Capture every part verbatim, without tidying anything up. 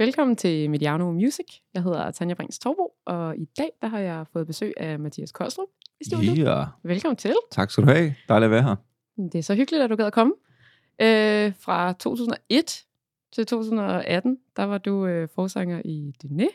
Velkommen til Mediano Music. Jeg hedder Tanja Brings Torbo, og i dag der har jeg fået besøg af Mathias Kolstrup i studiet. Ja. Velkommen til. Tak skal du have. Dejligt at være her. Det er så hyggeligt, at du gad at komme. Øh, fra to tusind og et til to tusind og atten, der var du øh, forsanger i Duné.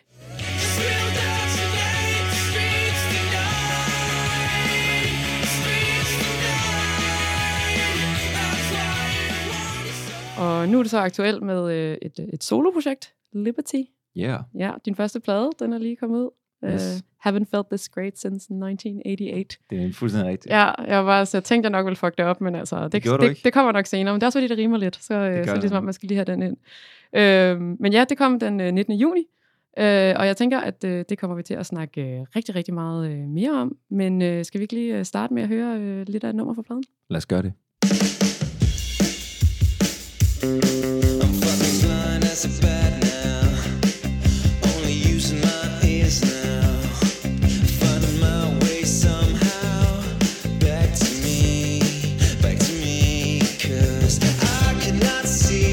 Og nu er du så aktuel med øh, et, et soloprojekt, Liberty. Ja. Yeah. Ja, din første plade, den er lige kommet ud. Yes. Uh, haven't felt this great since nineteen eighty-eight. Det er fuldstændig rigtigt. Ja, jeg, var, så jeg tænkte, jeg nok ville fuck det op, men altså, det, det, det, det kommer nok senere. Men det er også fordi, det rimer lidt, så, øh, så ligesom, man skal lige have den ind. Øh, men ja, det kom den øh, nittende juni, øh, og jeg tænker, at øh, det kommer vi til at snakke øh, rigtig, rigtig meget øh, mere om. Men øh, skal vi ikke lige starte med at høre øh, lidt af et nummer fra pladen? Lad os gøre det. I'm fucking blind as a bat now. Only using my ears now. Finding my way somehow back to me, back to me. 'Cause I cannot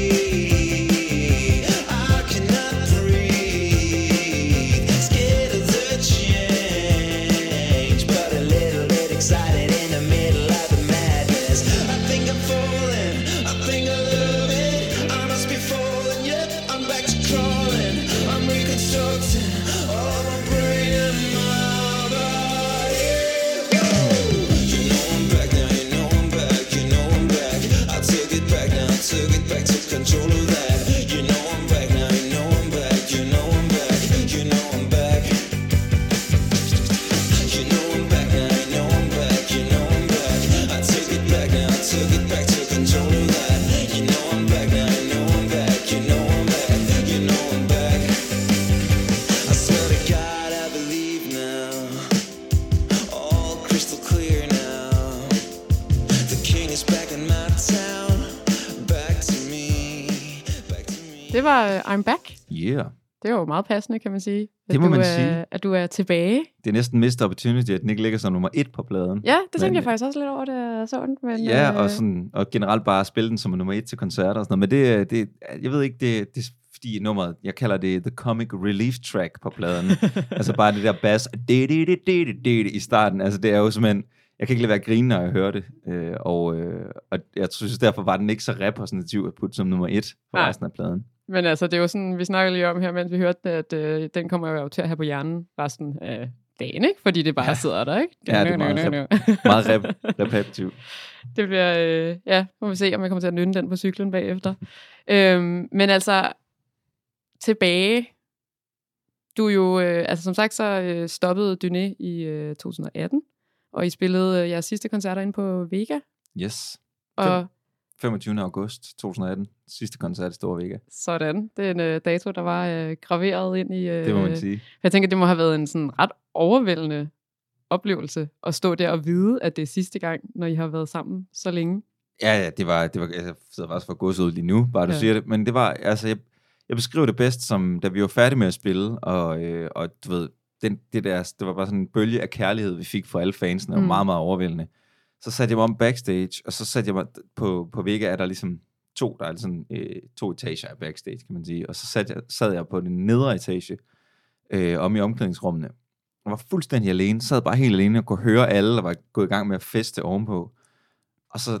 see, I cannot breathe. Scared of the change, but a little bit excited in the middle of the madness. I think I'm falling, I think I love it. I must be falling, yet I'm back to crawling. I'm reconstructing all of my brain and my body. You know I'm back now, you know I'm back, you know I'm back. I took it back now, I took it back, took control of that. You know I'm back now, you know I'm back, you know I'm back, you know I'm back. You know I'm back now, you know I'm back, you know I'm back. I took it back now, I took it back, took control of that. You know I'm back now, you know I'm back, you know I'm back, you know I'm back. I swear to God I believe now, all crystal clear now. The king is back in my town, back to me, back to me. Det var uh, I'm Back. Yeah. Det var jo meget passende, kan man sige. At Det må du man er, sige. At du er tilbage. Det er næsten missed opportunity, at den ikke ligger som nummer et på pladen. Ja, det tænkte Men- jeg faktisk også lidt over, da jeg så den. Men, Ja, øh, og, sådan, og generelt bare spille den som nummer et til koncerter og sådan noget. Men det, det jeg ved ikke, det, det er fordi nummeret, jeg kalder det The Comic Relief Track på pladen. Altså bare det der bass i starten. Altså det er jo simpelthen, jeg kan ikke lade være at grine, når jeg hører det. Øh, og, øh, og jeg synes derfor var den ikke så repræsentativ at putte som nummer et for Nej. resten af pladen. Men altså, det er jo sådan, vi snakker lige om her, mens vi hørte det, at øh, den kommer jo til at have på hjernen resten af dagen, ikke? Fordi det bare ja. sidder der, ikke? Ja, det er meget, rep- meget rep- repetitivt. Det bliver, øh, ja, må vi se, om jeg kommer til at nynne den på cyklen bagefter. øhm, men altså, tilbage, du jo, øh, altså som sagt, så øh, stoppede Duné i øh, to tusind og atten, og I spillede øh, jeres sidste koncerter inde på Vega, Yes. og femogtyvende august to tusind og atten. Sidste koncert i Store Vega. sådan, det er en øh, dato, der var øh, graveret ind i... Øh, Det må man sige. Jeg tænker, det må have været en sådan ret overvældende oplevelse at stå der og vide, at det er sidste gang, når I har været sammen så længe. Ja, ja, det var, det var, jeg sidder faktisk for gåsehud lige nu, bare du Ja. siger det, men det var, altså, jeg, jeg beskriver det bedst som, da vi var færdige med at spille, og, øh, og du ved, den, det der, det var bare sådan en bølge af kærlighed, vi fik fra alle fansene, og Mm. meget, meget overvældende. Så satte jeg mig om backstage, og så satte jeg mig på, på Vega, er der ligesom to, der er sådan øh, to etager af backstage, kan man sige, og så satte jeg, sad jeg på den nedre etage, øh, om i omklædningsrummene, og var fuldstændig alene, sad bare helt alene og kunne høre alle, der var gået i gang med at feste ovenpå. Og så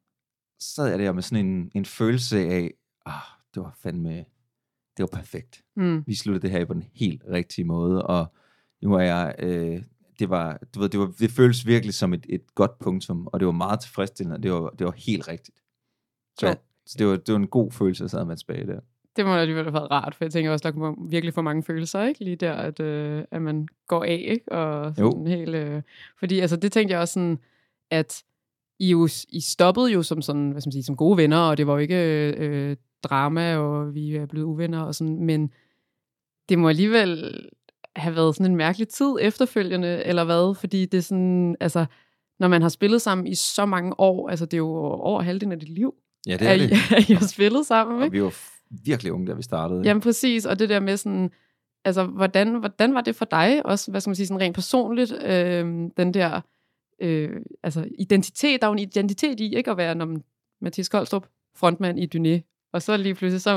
sad jeg der med sådan en, en følelse af, ah, det var fandme, det var perfekt. Mm. Vi sluttede det her på den helt rigtige måde, og nu er jeg, øh, det var, du ved, det var, det føltes virkelig som et, et godt punktum, og det var meget tilfredsstillende, og det var, det var helt rigtigt. Så, Ja. så det var, det var en god følelse, at sidde med tilbage der. Det må alligevel have været rart, for jeg tænker også, der kommer virkelig for mange følelser, ikke? Lige der, at, øh, at man går af, ikke? Og sådan helt, øh, fordi altså, det tænkte jeg også sådan, at I, jo, I stoppede jo som, sådan, hvad skal man sige, som gode venner, og det var jo ikke øh, drama, og vi er blevet uvenner og sådan, men det må alligevel have været sådan en mærkelig tid efterfølgende, eller hvad? Fordi det er sådan, altså, når man har spillet sammen i så mange år, altså det er jo over halvdelen af dit liv, Ja, det er at, det. I, at I har spillet sammen, ikke? Og vi var virkelig unge, da vi startede. Jamen præcis, og det der med sådan, altså hvordan, hvordan var det for dig også, hvad skal man sige, sådan rent personligt, øh, den der, øh, altså identitet, der er jo en identitet i, ikke at være, når man, Mathias Kolstrup, frontmand i Duné, og så lige pludselig, så er man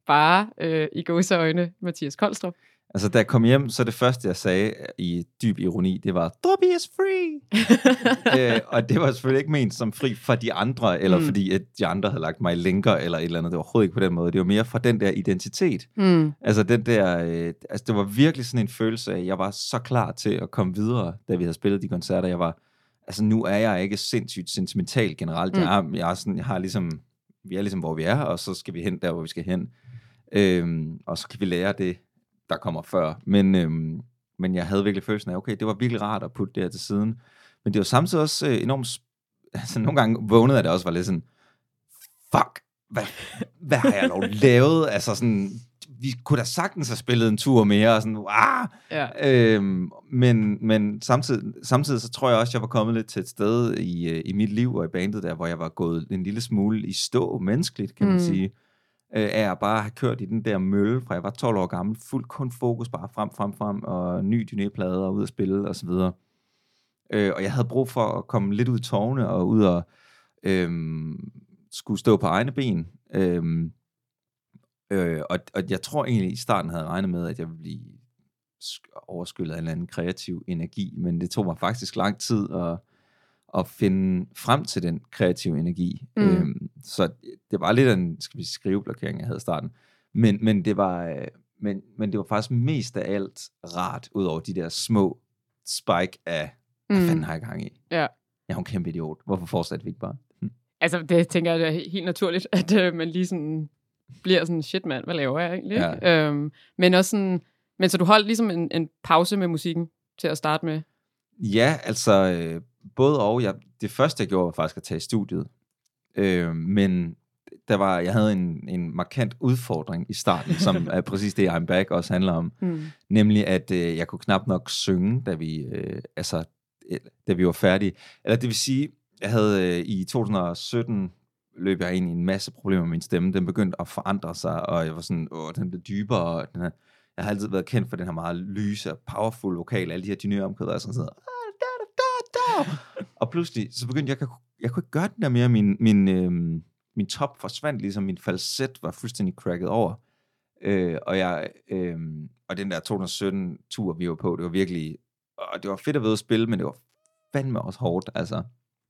bare øh, i gåseøjne Mathias Kolstrup. Altså, da jeg kom hjem, så det første, jeg sagde i dyb ironi, det var, Druby is free! øh, og det var selvfølgelig ikke ment som fri fra de andre, eller mm. fordi at de andre havde lagt mig i lænker, eller et eller andet. Det var overhovedet ikke på den måde. Det var mere fra den der identitet. Mm. Altså, den der, øh, altså, det var virkelig sådan en følelse af, at jeg var så klar til at komme videre, da vi havde spillet de koncerter. Jeg var, altså, nu er jeg ikke sindssygt sentimental generelt. Mm. Jeg, er, jeg, er sådan, jeg har ligesom, vi er ligesom, hvor vi er, og så skal vi hen der, hvor vi skal hen. Øhm, og så kan vi lære det, der kommer før. Men, øhm, men jeg havde virkelig følelsen af, okay, det var virkelig rart at putte det her til siden. Men det var samtidig også øh, enormt... Altså, nogle gange vågnede jeg det også, var lidt sådan, fuck, hvad, hvad har jeg dog lavet? Altså sådan, vi kunne da sagtens have spillet en tur mere, og sådan, wow. Ja. Øhm, men men samtidig, samtidig så tror jeg også, jeg var kommet lidt til et sted i, i mit liv og i bandet der, hvor jeg var gået en lille smule i stå menneskeligt, kan man mm. sige. Af at bare have kørt i den der mølle, fra jeg var tolv år gammel, fuldt kun fokus bare frem, frem, frem, og ny dyneplader, og ud at spille, og så videre. Øh, og jeg havde brug for at komme lidt ud i tårne, og ud og øhm, skulle stå på egne ben. Øhm, øh, og, og jeg tror egentlig, i starten havde jeg regnet med, at jeg ville blive overskyllet af en eller anden kreativ energi, men det tog mig faktisk lang tid at at finde frem til den kreative energi. Mm. Øhm, så det var lidt en, skal vi sige, skriveblokering, jeg havde i starten. Men, men, det var, men, men det var faktisk mest af alt rart, ud over de der små spike af, hvad mm. fanden har jeg gang i? Ja. Jeg er en kæmpe idiot. Hvorfor fortsatte vi ikke bare? Hm. Altså, det tænker jeg, det er helt naturligt, at øh, man lige sådan bliver sådan, shit mand, hvad laver jeg egentlig? Ja. Øhm, men også sådan, men så du holdt ligesom en, en pause med musikken til at starte med? Ja, altså... Øh, både og. Jeg, det første, jeg gjorde, var faktisk at tage i studiet. Øh, men der var, jeg havde en, en markant udfordring i starten, som er præcis det, I'm Back også handler om. Mm. Nemlig, at øh, jeg kunne knap nok synge, da vi, øh, altså, da vi var færdige. Eller det vil sige, jeg havde øh, i to tusind og sytten løb jeg ind i en masse problemer med min stemme. Den begyndte at forandre sig, og jeg var sådan, åh, den blev dybere. Og den her, jeg har altid været kendt for den her meget lyse og powerful vokal, alle de her dynøreomkvæder, og sådan noget. Og pludselig, så begyndte jeg, jeg, jeg kunne ikke gøre den der mere, min, min, øhm, min top forsvandt, ligesom min falset var fuldstændig cracket over, øh, og jeg, øhm, og den der to tusind og sytten tur, vi var på, det var virkelig, og det var fedt at ved at spille, men det var fandme også hårdt, altså,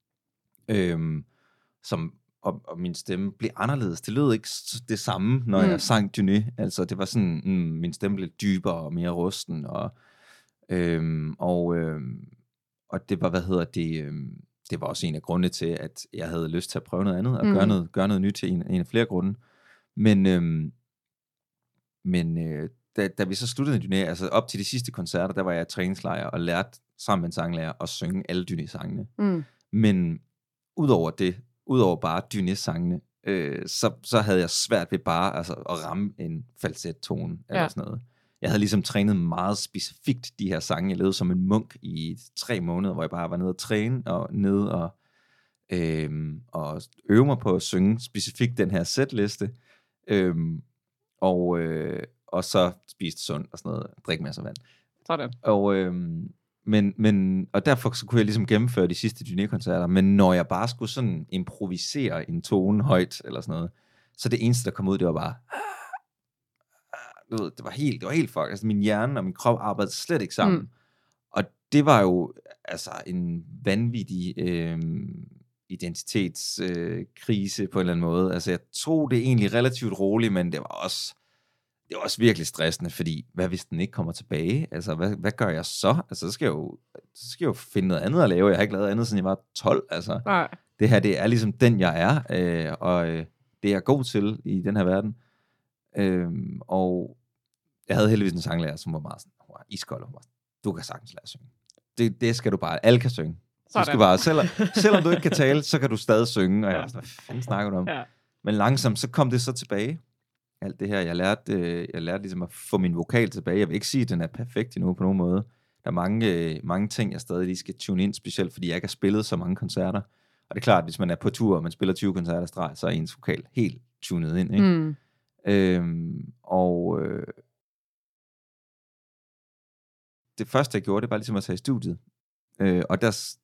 øhm, som, og, og min stemme blev anderledes, det lød ikke det samme, når mm. jeg sang Dyné, altså, det var sådan, mm, min stemme blev dybere og mere rusten, og, øhm, og, øhm, Og det var, hvad hedder det, øh, det var også en af grundene til, at jeg havde lyst til at prøve noget andet, og mm. gøre, noget, gøre noget nyt til en, en af flere grunde. Men, øh, men øh, da, da vi så sluttede Dyné, altså op til de sidste koncerter, der var jeg træningslejr og lærte sammen med en sanglærer at synge alle Dyné-sangene. Mm. Men udover det, udover bare Dyné-sangene, øh, så, så havde jeg svært ved bare altså, at ramme en falset-tone eller ja. sådan noget. Jeg havde ligesom trænet meget specifikt de her sange. Jeg levede som en munk i tre måneder, hvor jeg bare var nede og træne, og nede og, øhm, og øve mig på at synge specifikt den her setliste. Øhm, og, øh, og så spiste sundt og sådan noget, drikke masser af vand. Sådan. Og, øhm, men, men, og derfor så kunne jeg ligesom gennemføre de sidste Dyné-koncerter, men når jeg bare skulle sådan improvisere en tone højt, eller sådan noget, så det eneste, der kom ud, det var bare... Det var helt, det var helt fuck. Altså, min hjerne og min krop arbejdede slet ikke sammen. Mm. Og det var jo altså en vanvittig øh, identitetskrise øh, på en eller anden måde. Altså, jeg tog det egentlig relativt roligt, men det var også, det var også virkelig stressende, fordi hvad hvis den ikke kommer tilbage? Altså, hvad, hvad gør jeg så? Altså, så skal jeg jo, så skal jeg jo finde noget andet at lave. Jeg har ikke lavet andet, siden jeg var tolv. Altså, nej. Det her, det er ligesom den, jeg er, øh, og øh, det er jeg god til i den her verden. Øhm, og jeg havde heldigvis en sanglærer, som var meget sådan, hun var iskold, hun var, du kan sagtens lære at synge. Det, det skal du bare, alle kan synge. Du skal bare, selvom, selvom du ikke kan tale, så kan du stadig synge, og jeg var sådan, hvad fanden snakker du om? Ja. Men langsomt, så kom det så tilbage. Alt det her, jeg lærte, øh, jeg lærte ligesom at få min vokal tilbage. Jeg vil ikke sige, at den er perfekt endnu på nogen måde. Der er mange, øh, mange ting, jeg stadig lige skal tune ind, specielt fordi jeg ikke har spillet så mange koncerter. Og det er klart, at hvis man er på tur, og man spiller tyve koncerter streg, så er ens vokal helt tunet ind, ikke? Mm. Øhm, og øh, det første jeg gjorde, det var ligesom at tage i studiet, øh, og der,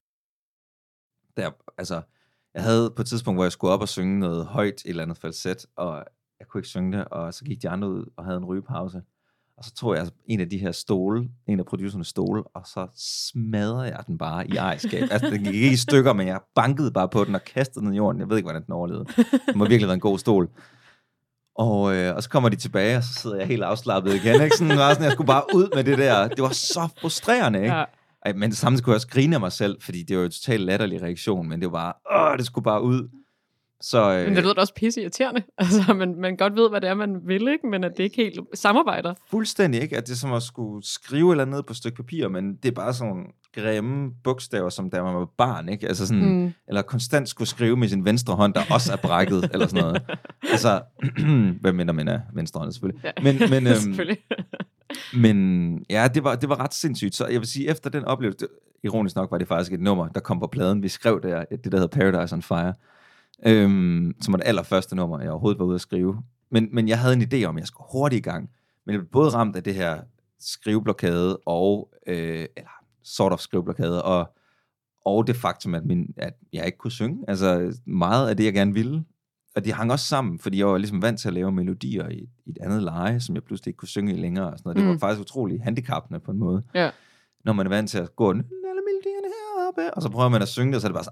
der altså jeg havde på et tidspunkt, hvor jeg skulle op og synge noget højt, et eller andet falset, og jeg kunne ikke synge det, og så gik de andre ud og havde en rygepause. Og så tog jeg en af de her stole, en af producernes stole, og så smadrede jeg den bare i ejerskab. Altså, den gik ikke i stykker, men jeg bankede bare på den og kastede den i jorden. Jeg ved ikke, hvordan den overlevede. Det må virkelig være en god stol. Og, øh, og så kommer de tilbage, og så sidder jeg helt afslappet igen. Ikke? Sådan, sådan, jeg skulle bare ud med det der. Det var så frustrerende, ikke? Ja. Ej, men samtidig kunne jeg også grine af mig selv, fordi det var jo en totalt latterlig reaktion, men det var bare, åh, det skulle bare ud. Så, øh, men det lyder da også pisse irriterende. Altså, man, man godt ved, hvad det er, man vil, ikke? Men at det ikke helt samarbejder. Fuldstændig, ikke? At det er som at skulle skrive eller ned på et stykke papir, men det er bare sådan nogle grimme bogstaver, som da man var barn, ikke? Altså sådan, mm. eller konstant skulle skrive med sin venstre hånd, der også er brækket, eller sådan noget. Altså, hvem mindre man er venstre hånd, selvfølgelig. Ja. Men, men, øhm, selvfølgelig. men ja, det var, det var ret sindssygt. Så jeg vil sige, efter den oplevelse, det, ironisk nok var det faktisk et nummer, der kom på pladen. Vi skrev der, det der hedder Paradise on Fire. Øhm, som var det allerførste nummer, jeg overhovedet var ude at skrive. Men, men jeg havde en idé om, at jeg skulle hurtigt i gang. Men jeg blev både ramt af det her skriveblokade, og, øh, eller sort of skriveblokade, og, og det faktum, at, min, at jeg ikke kunne synge. Altså meget af det, jeg gerne ville. Og de hang også sammen, fordi jeg var ligesom vant til at lave melodier i, i et andet leje, som jeg pludselig ikke kunne synge i længere. Og sådan noget. Det mm. var faktisk utrolig handicappende på en måde. Ja. Når man er vant til at gå alle melodierne heroppe, og så prøver man at synge det, og så er det bare så...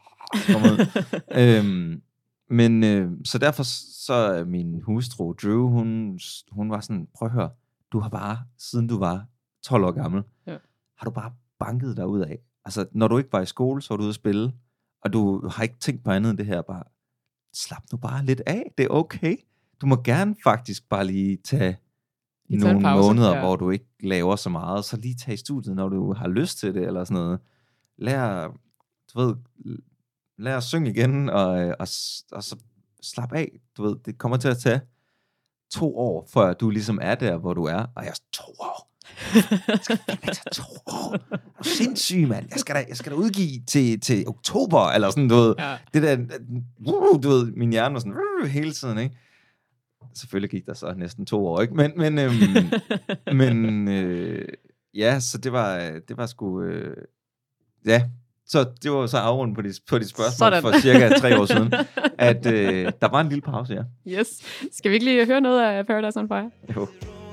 øhm, men øh, så derfor så min hustru Drew, hun, hun var sådan, prøv at høre, du har bare, siden du var tolv år gammel, ja. har du bare banket dig ud af. Altså, når du ikke var i skole, så var du ude at spille, og du har ikke tænkt på andet end det her, bare slap nu bare lidt af, det er okay. Du må gerne faktisk bare lige tage I nogle pause, måneder, ja. hvor du ikke laver så meget, så lige tage i studiet, når du har lyst til det, eller sådan noget. Lær, du ved, lær at synge igen, og, og, og så slap af. Du ved, det kommer til at tage to år, før du ligesom er der, hvor du er. Og jeg er to år. Jeg skal ikke tage to år. Er du sindssyg, mand? Jeg skal da, jeg skal da udgive til, til oktober, eller sådan, du ved. Ja. Det der, uh, du ved, min hjerne var sådan, uh, hele tiden, ikke? Selvfølgelig gik der så næsten to år, ikke? Men, men, øhm, men øh, ja, så det var, det var sgu, øh, ja, så det var så afrundet på dit, på dit spørgsmål Sådan. for cirka tre år siden, at øh, der var en lille pause, ja. Yes. Skal vi ikke lige høre noget af Paradise on Fire? Jo.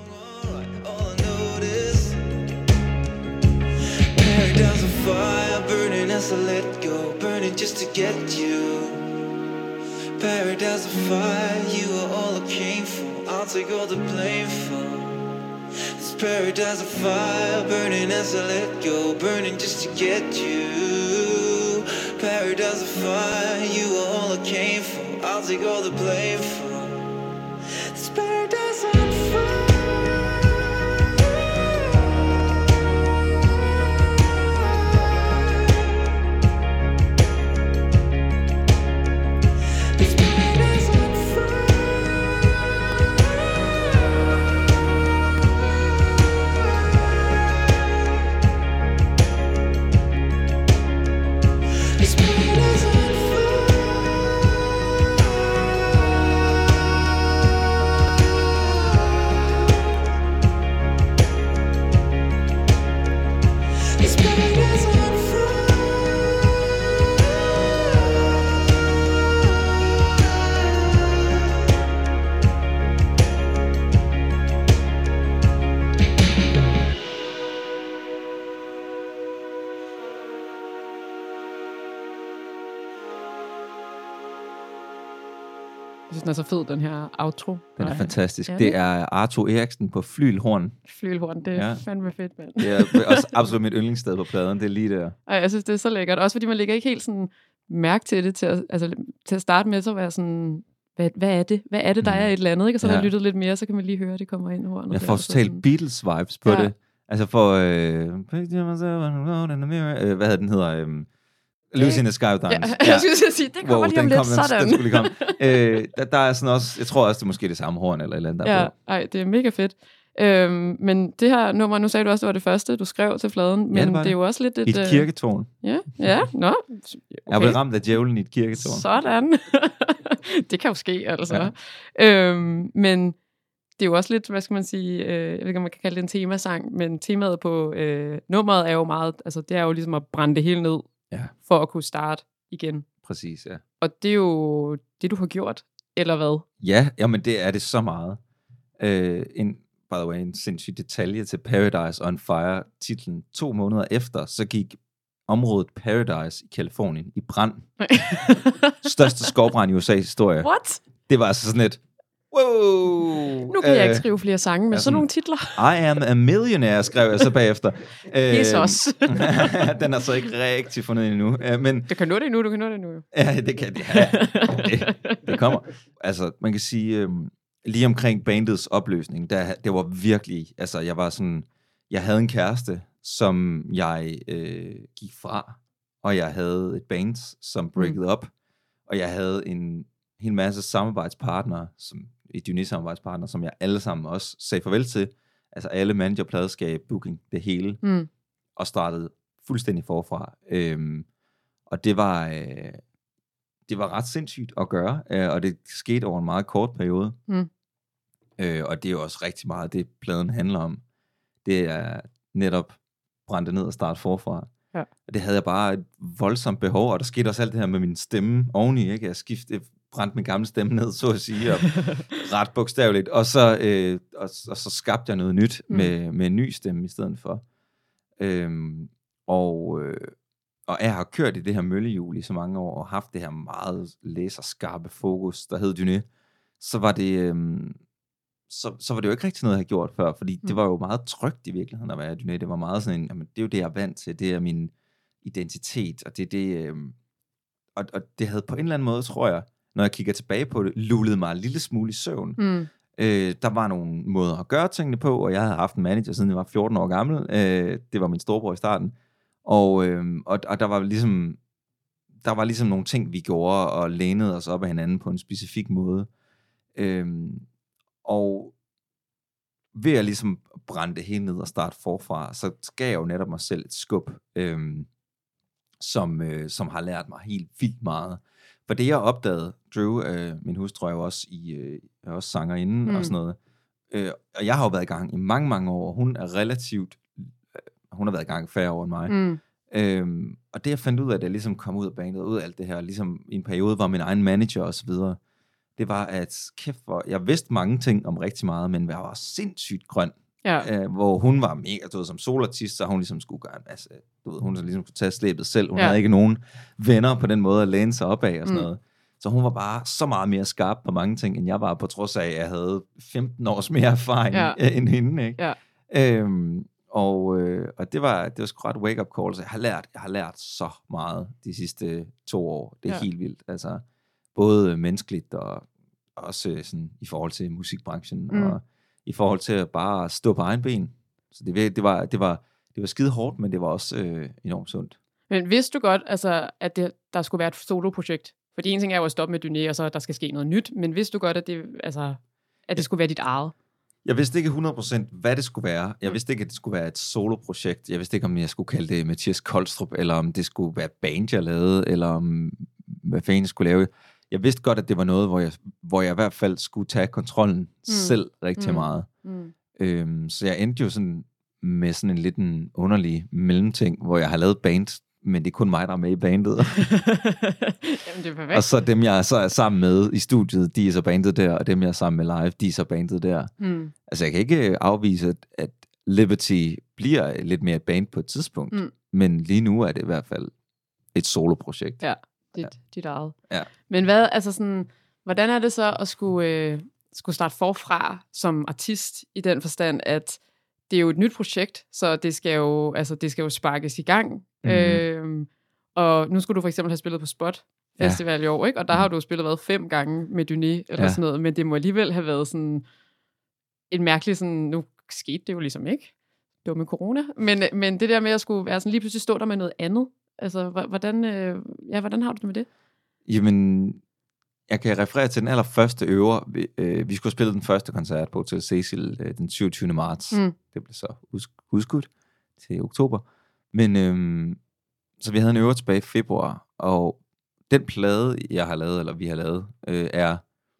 Paradise on fire, burning as I let go, burning just to get you. Paradise on fire, you are all I came for, I'll take all the blame for. This paradise on fire, burning as I let go, burning just to get you. Paradise on fire, you are all I came for, I'll take all the blame for. This paradise on fire. Den er så fed, den her outro. Den er fantastisk. Ja, det. det er Arthur Eriksen på flylhorn. Flylhorn, det er ja. fandme fedt, mand. Det er også absolut mit yndlingssted på pladen, det er lige der. Ej, jeg synes, det er så lækkert. Også fordi man lægger ikke helt sådan mærke til det, til at, altså, til at starte med, så være sådan, hvad, hvad er det? Hvad er det, der mm. er et eller andet? Ikke? Og så ja. har jeg lyttet lidt mere, så kan man lige høre, at det kommer ind i hornet. Jeg får totalt Beatles-vibes på ja. det. Altså for, øh, øh, hvad hedder den hedder? Øh, Lucy in the Sky with Diamonds. Ja, jeg skulle sige, det kommer wow, lige om lidt, kom, sådan. Den, den skulle lige komme. øh, der, der er sådan også, jeg tror også, det er måske det samme horn, eller et eller andet der ja, på. Ej, det er mega fedt. Øhm, men det her nummer, nu sagde du også, det var det første, du skrev til fladen, men ja, det, det er jo også lidt et... I et kirketårn. Ja, ja, nå. Okay. Jeg blev ramt af djævlen i et kirketårn. Sådan. Det kan jo ske, altså. Ja. Øhm, men det er jo også lidt, hvad skal man sige, øh, jeg ved ikke, om man kan kalde det en temasang, men temaet på øh, nummeret er jo meget, altså det er jo ligesom at brænde det hele ned, ja. for at kunne starte igen. Præcis, ja. Og det er jo det, du har gjort eller hvad? Ja, jamen det er det så meget. Uh, en, by the way, en sindssyg detalje til Paradise on Fire titlen. To måneder efter, så gik området Paradise i Kalifornien i brand. Største skovbrand i U S A's historie. What? Det var altså sådan et, wow! Nu kan uh, jeg ikke skrive flere sange med sådan, sådan nogle titler. I am a millionaire, skrev jeg så bagefter. Jesus. Den er så ikke rigtig fundet endnu. Uh, men, du kan nå det endnu, du kan nå det endnu. Ja, det kan ja, det. Det kommer. Altså, man kan sige, um, lige omkring bandets opløsning, der, det var virkelig, altså jeg var sådan, jeg havde en kæreste, som jeg øh, gik fra, og jeg havde et band, som breaked mm. up, og jeg havde en hel masse samarbejdspartnere, som, et unique samarbejdspartnere, som jeg alle sammen også sagde farvel til, altså alle manager, pladeskab, booking, det hele, mm. og startede fuldstændig forfra. Øhm, og det var, øh, det var ret sindssygt at gøre, øh, og det skete over en meget kort periode, mm. øh, og det er jo også rigtig meget det, pladen handler om. Det er netop brændte ned og starte forfra. Ja. Og det havde jeg bare et voldsomt behov, og der skete også alt det her med min stemme oveni, ikke? Jeg skiftede, brændte min gamle stemme ned, så at sige, og ret bogstaveligt, og så, øh, og, og så skabte jeg noget nyt mm. med, med en ny stemme i stedet for. Øhm, og, øh, og jeg har kørt i det her møllehjul i så mange år, og haft det her meget laserskarpe fokus, der hed Dyné, så var det... Øh, Så, så var det jo ikke rigtig noget, jeg havde gjort før, fordi mm. det var jo meget trygt i virkeligheden at være Dyné. Det var meget sådan en, jamen, det er jo det, jeg er vant til, det er min identitet, og det er det, øh, og, og det havde på en eller anden måde, tror jeg, når jeg kigger tilbage på det, lullet mig en lille smule i søvn. Mm. Øh, der var nogle måder at gøre tingene på, og jeg havde haft en manager, siden jeg var fjorten år gammel. Øh, det var min storebror i starten, og, øh, og, og der var ligesom, der var ligesom nogle ting, vi gjorde, og lænede os op af hinanden på en specifik måde. Øh, Og ved at ligesom brænde det hele ned og starte forfra, så gav jeg jo netop mig selv et skub, øhm, som, øh, som har lært mig helt vildt meget. For det jeg opdagede, Drew, øh, min hustru er jo også, i, øh, er også sangerinde mm. og sådan noget, øh, og jeg har jo været i gang i mange, mange år, hun er relativt, øh, hun har været i gang færre år end mig, mm. øhm, og det jeg fandt ud af, da jeg ligesom kom ud af bandet, ud af alt det her, ligesom i en periode var min egen manager og så videre, det var, at kæft, hvor jeg vidste mange ting om rigtig meget, men jeg var sindssygt grøn. Ja. Øh, hvor hun var mega, du ved, som solartist, så hun ligesom skulle gøre en masse, du ved, hun ligesom skulle tage slæbet selv. Hun ja. havde ikke nogen venner på den måde at læne sig op af og sådan mm. noget. Så hun var bare så meget mere skarp på mange ting, end jeg var, på trods af, at jeg havde femten års mere erfaring ja. end hende, ikke? Ja. Øhm, og, øh, og det var, det var sgu ret wake-up call, så jeg har lært, jeg har lært så meget de sidste to år. Det er ja. helt vildt, altså. Både menneskeligt og også sådan i forhold til musikbranchen mm. og i forhold til at bare stå på egen ben. Så det, det var det var det var skide hårdt, men det var også øh, enormt sundt. Men vidste du godt, altså at det, der skulle være et soloprojekt? Fordi en ting er jo at stoppe med Dyné, og så der skal ske noget nyt. Men vidste du godt, at det altså at det skulle være dit eget? Jeg vidste ikke hundrede procent, hvad det skulle være. Jeg vidste ikke, at det skulle være et soloprojekt. Jeg vidste ikke, om jeg skulle kalde det Mathias Kolstrup, eller om det skulle være et band, jeg lavede, eller om hvad fanden jeg skulle lave. Jeg vidste godt, at det var noget, hvor jeg, hvor jeg i hvert fald skulle tage kontrollen mm. selv rigtig mm. meget. Mm. Øhm, så jeg endte jo sådan med sådan en lidt en underlig mellemting, hvor jeg har lavet band, men det er kun mig, der er med i bandet. Jamen, det er perfekt. Og så dem, jeg så er sammen med i studiet, de er så bandet der, og dem, jeg er sammen med live, de er så bandet der. Mm. Altså, jeg kan ikke afvise, at, at Liberty bliver lidt mere et band på et tidspunkt, mm. men lige nu er det i hvert fald et soloprojekt. Ja. Dit, ja. dit eget. Ja. Men hvad, altså sådan, hvordan er det så at skulle, øh, skulle starte forfra som artist i den forstand, at det er jo et nyt projekt, så det skal jo, altså, det skal jo sparkes i gang. Mm-hmm. Øh, og nu skulle du for eksempel have spillet på Spot Festival ja. i år, ikke? Og der har du spillet været fem gange med Dyné eller ja. sådan noget, men det må alligevel have været sådan en mærkelig sådan, nu skete det jo ligesom ikke. Det var med corona. Men, men det der med at skulle være sådan lige pludselig stå der med noget andet, altså, hvordan, øh, ja, hvordan har du det med det? Jamen, jeg kan referere til den allerførste øver. Vi, øh, vi skulle have spillet den første koncert på Hotel Cecil øh, den syvogtyvende marts. Mm. Det blev så udskudt til oktober. Men, øh, så vi havde en øver tilbage i februar, og den plade, jeg har lavet, eller vi har lavet, øh, er,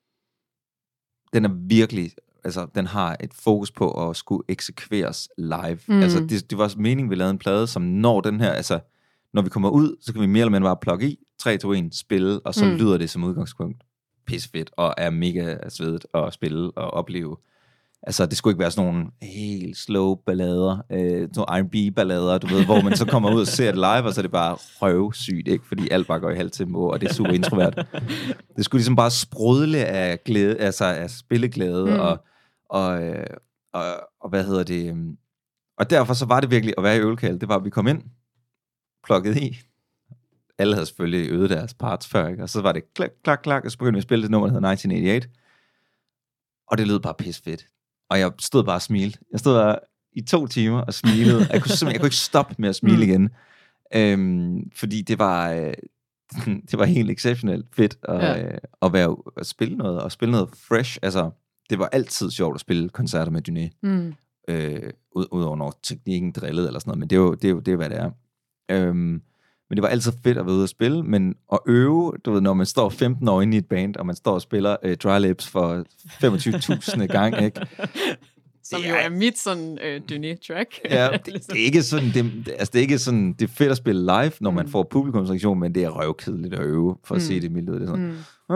den er virkelig, altså, den har et fokus på at skulle eksekveres live. Mm. Altså, det, det var også meningen, vi lavede en plade, som når den her, altså, når vi kommer ud, så kan vi mere eller mindre bare plukke i, tre, to, et, spille, og så mm. lyder det som udgangspunkt pissefedt, og er mega svedigt at spille og opleve. Altså, det skulle ikke være sådan nogle helt slow ballader, øh, nogle R and B-ballader, du ved, hvor man så kommer ud og ser det live, og så er det bare røvsygt, ikke? Fordi alt bare går i halvt tempo, og det er super introvert. Det skulle ligesom bare sprudle af glæde, altså af spilleglæde, mm. og, og, øh, og, og hvad hedder det? Og derfor så var det virkelig at være i øvelokalet. Det var, at vi kom ind, plukket i. Alle havde selvfølgelig øvet deres parts før, ikke? Og så var det klak, klak, klak, og så begyndte vi at spille det nummer, der hedder nitten otteoghalvfems. Og det lød bare pisfedt. Og jeg stod bare og smilte. Jeg stod der i to timer og smilede. Jeg kunne simpelthen jeg kunne ikke stoppe med at smile mm. igen. Øhm, fordi det var, øh, det var helt exceptionelt fedt at, ja. øh, at, være, at spille noget, og spille noget fresh. Altså, det var altid sjovt at spille koncerter med Duné. Mm. Øh, ud, Udover når teknikken drillede eller sådan noget. Men det er jo, det er jo det, er, hvad det er. Øhm, men det var altid fedt at være ude og spille. Men at øve, du ved, når man står femten år inde i et band, og man står og spiller øh, Dry Lips for femogtyve tusind gang, ikke? Som jo er mit sådan øh, Duné-track. Ja, det, det, er ikke sådan, det, altså det er ikke sådan, det er fedt at spille live, når man mm. får publikumsreaktion, men det er røvkedeligt at øve, for at mm. se det mildt ud. Det er sådan.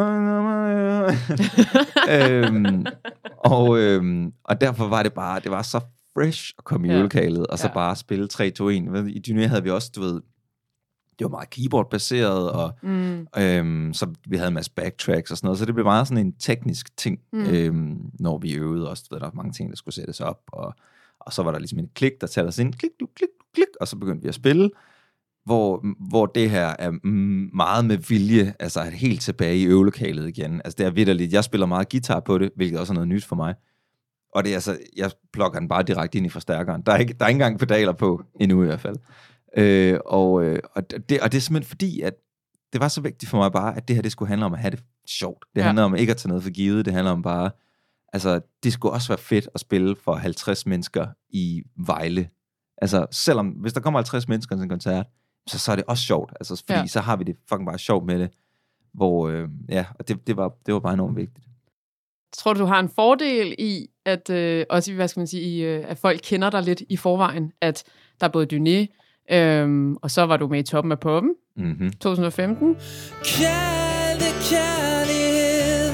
Mm. øhm, og, øhm, og derfor var det bare, det var så fresh at komme i ja. øvelokalet, og så ja. bare spille tre to en. I Duné havde vi også, du ved, det var meget keyboard-baseret, og mm. øhm, så vi havde en masse backtracks og sådan noget, så det blev meget sådan en teknisk ting, mm. øhm, når vi øvede også. Der var mange ting, der skulle sættes op, og, og så var der ligesom en klik, der talte os ind, klik, klik, klik, klik, og så begyndte vi at spille, hvor, hvor det her er meget med vilje, altså helt tilbage i øvelokalet igen. Altså det er vitterligt, jeg spiller meget guitar på det, hvilket også er noget nyt for mig, og det er altså, jeg plukker den bare direkte ind i forstærkeren. Der er ikke, der er ikke engang pedaler på, endnu i hvert fald. Øh, og, øh, og, det, og det er simpelthen fordi, at det var så vigtigt for mig bare, at det her, det skulle handle om at have det sjovt. Det ja. handler om ikke at tage noget for givet. Det handler om bare, altså, det skulle også være fedt at spille for halvtreds mennesker i Vejle. Altså, selvom, hvis der kommer halvtreds mennesker til en koncert, så, så er det også sjovt. Altså, fordi ja. så har vi det fucking bare sjovt med det. Hvor, øh, ja, og det, det, var, det var bare enormt vigtigt. Tror du, du har en fordel i, at øh, også, hvad skal man sige, i, øh, at folk kender dig lidt i forvejen, at der er både Duné, Øhm, og så var du med i Toppen af Poppen, mm-hmm. to tusind og femten. Kald det kærlighed,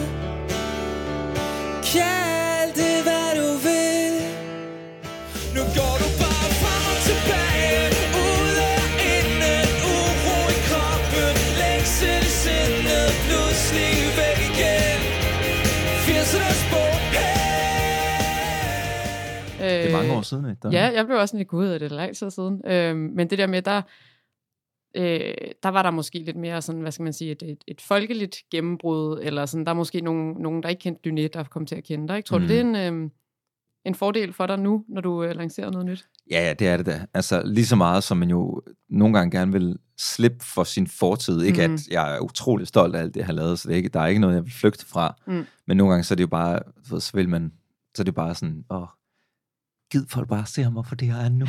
kald det hvad du vil. Nu går du bare frem og tilbage, ud og ind, en uro i kroppen, længsel i sindet, pludselig væk igen. firserne spor, hey. Det er mange år siden, ikke? Ja, jeg blev også lidt gud af det lang tid siden. Øhm, men det der med, der, øh, der var der måske lidt mere sådan, hvad skal man sige, et, et, et folkeligt gennembrud, eller sådan, der er måske nogen, nogen der ikke kendte Duné, der kom til at kende dig, ikke? Tror mm. du, det er en, øh, en fordel for dig nu, når du øh, lancerer noget nyt? Ja, ja, det er det da. Altså, lige så meget, som man jo nogle gange gerne vil slippe for sin fortid. Ikke mm. at jeg er utrolig stolt af alt det, jeg har lavet, så det er ikke, der er ikke noget, jeg vil flygte fra. Mm. Men nogle gange, så er det jo bare, så vil man, så er det bare sådan, åh, gid folk bare se mig for det, jeg er nu.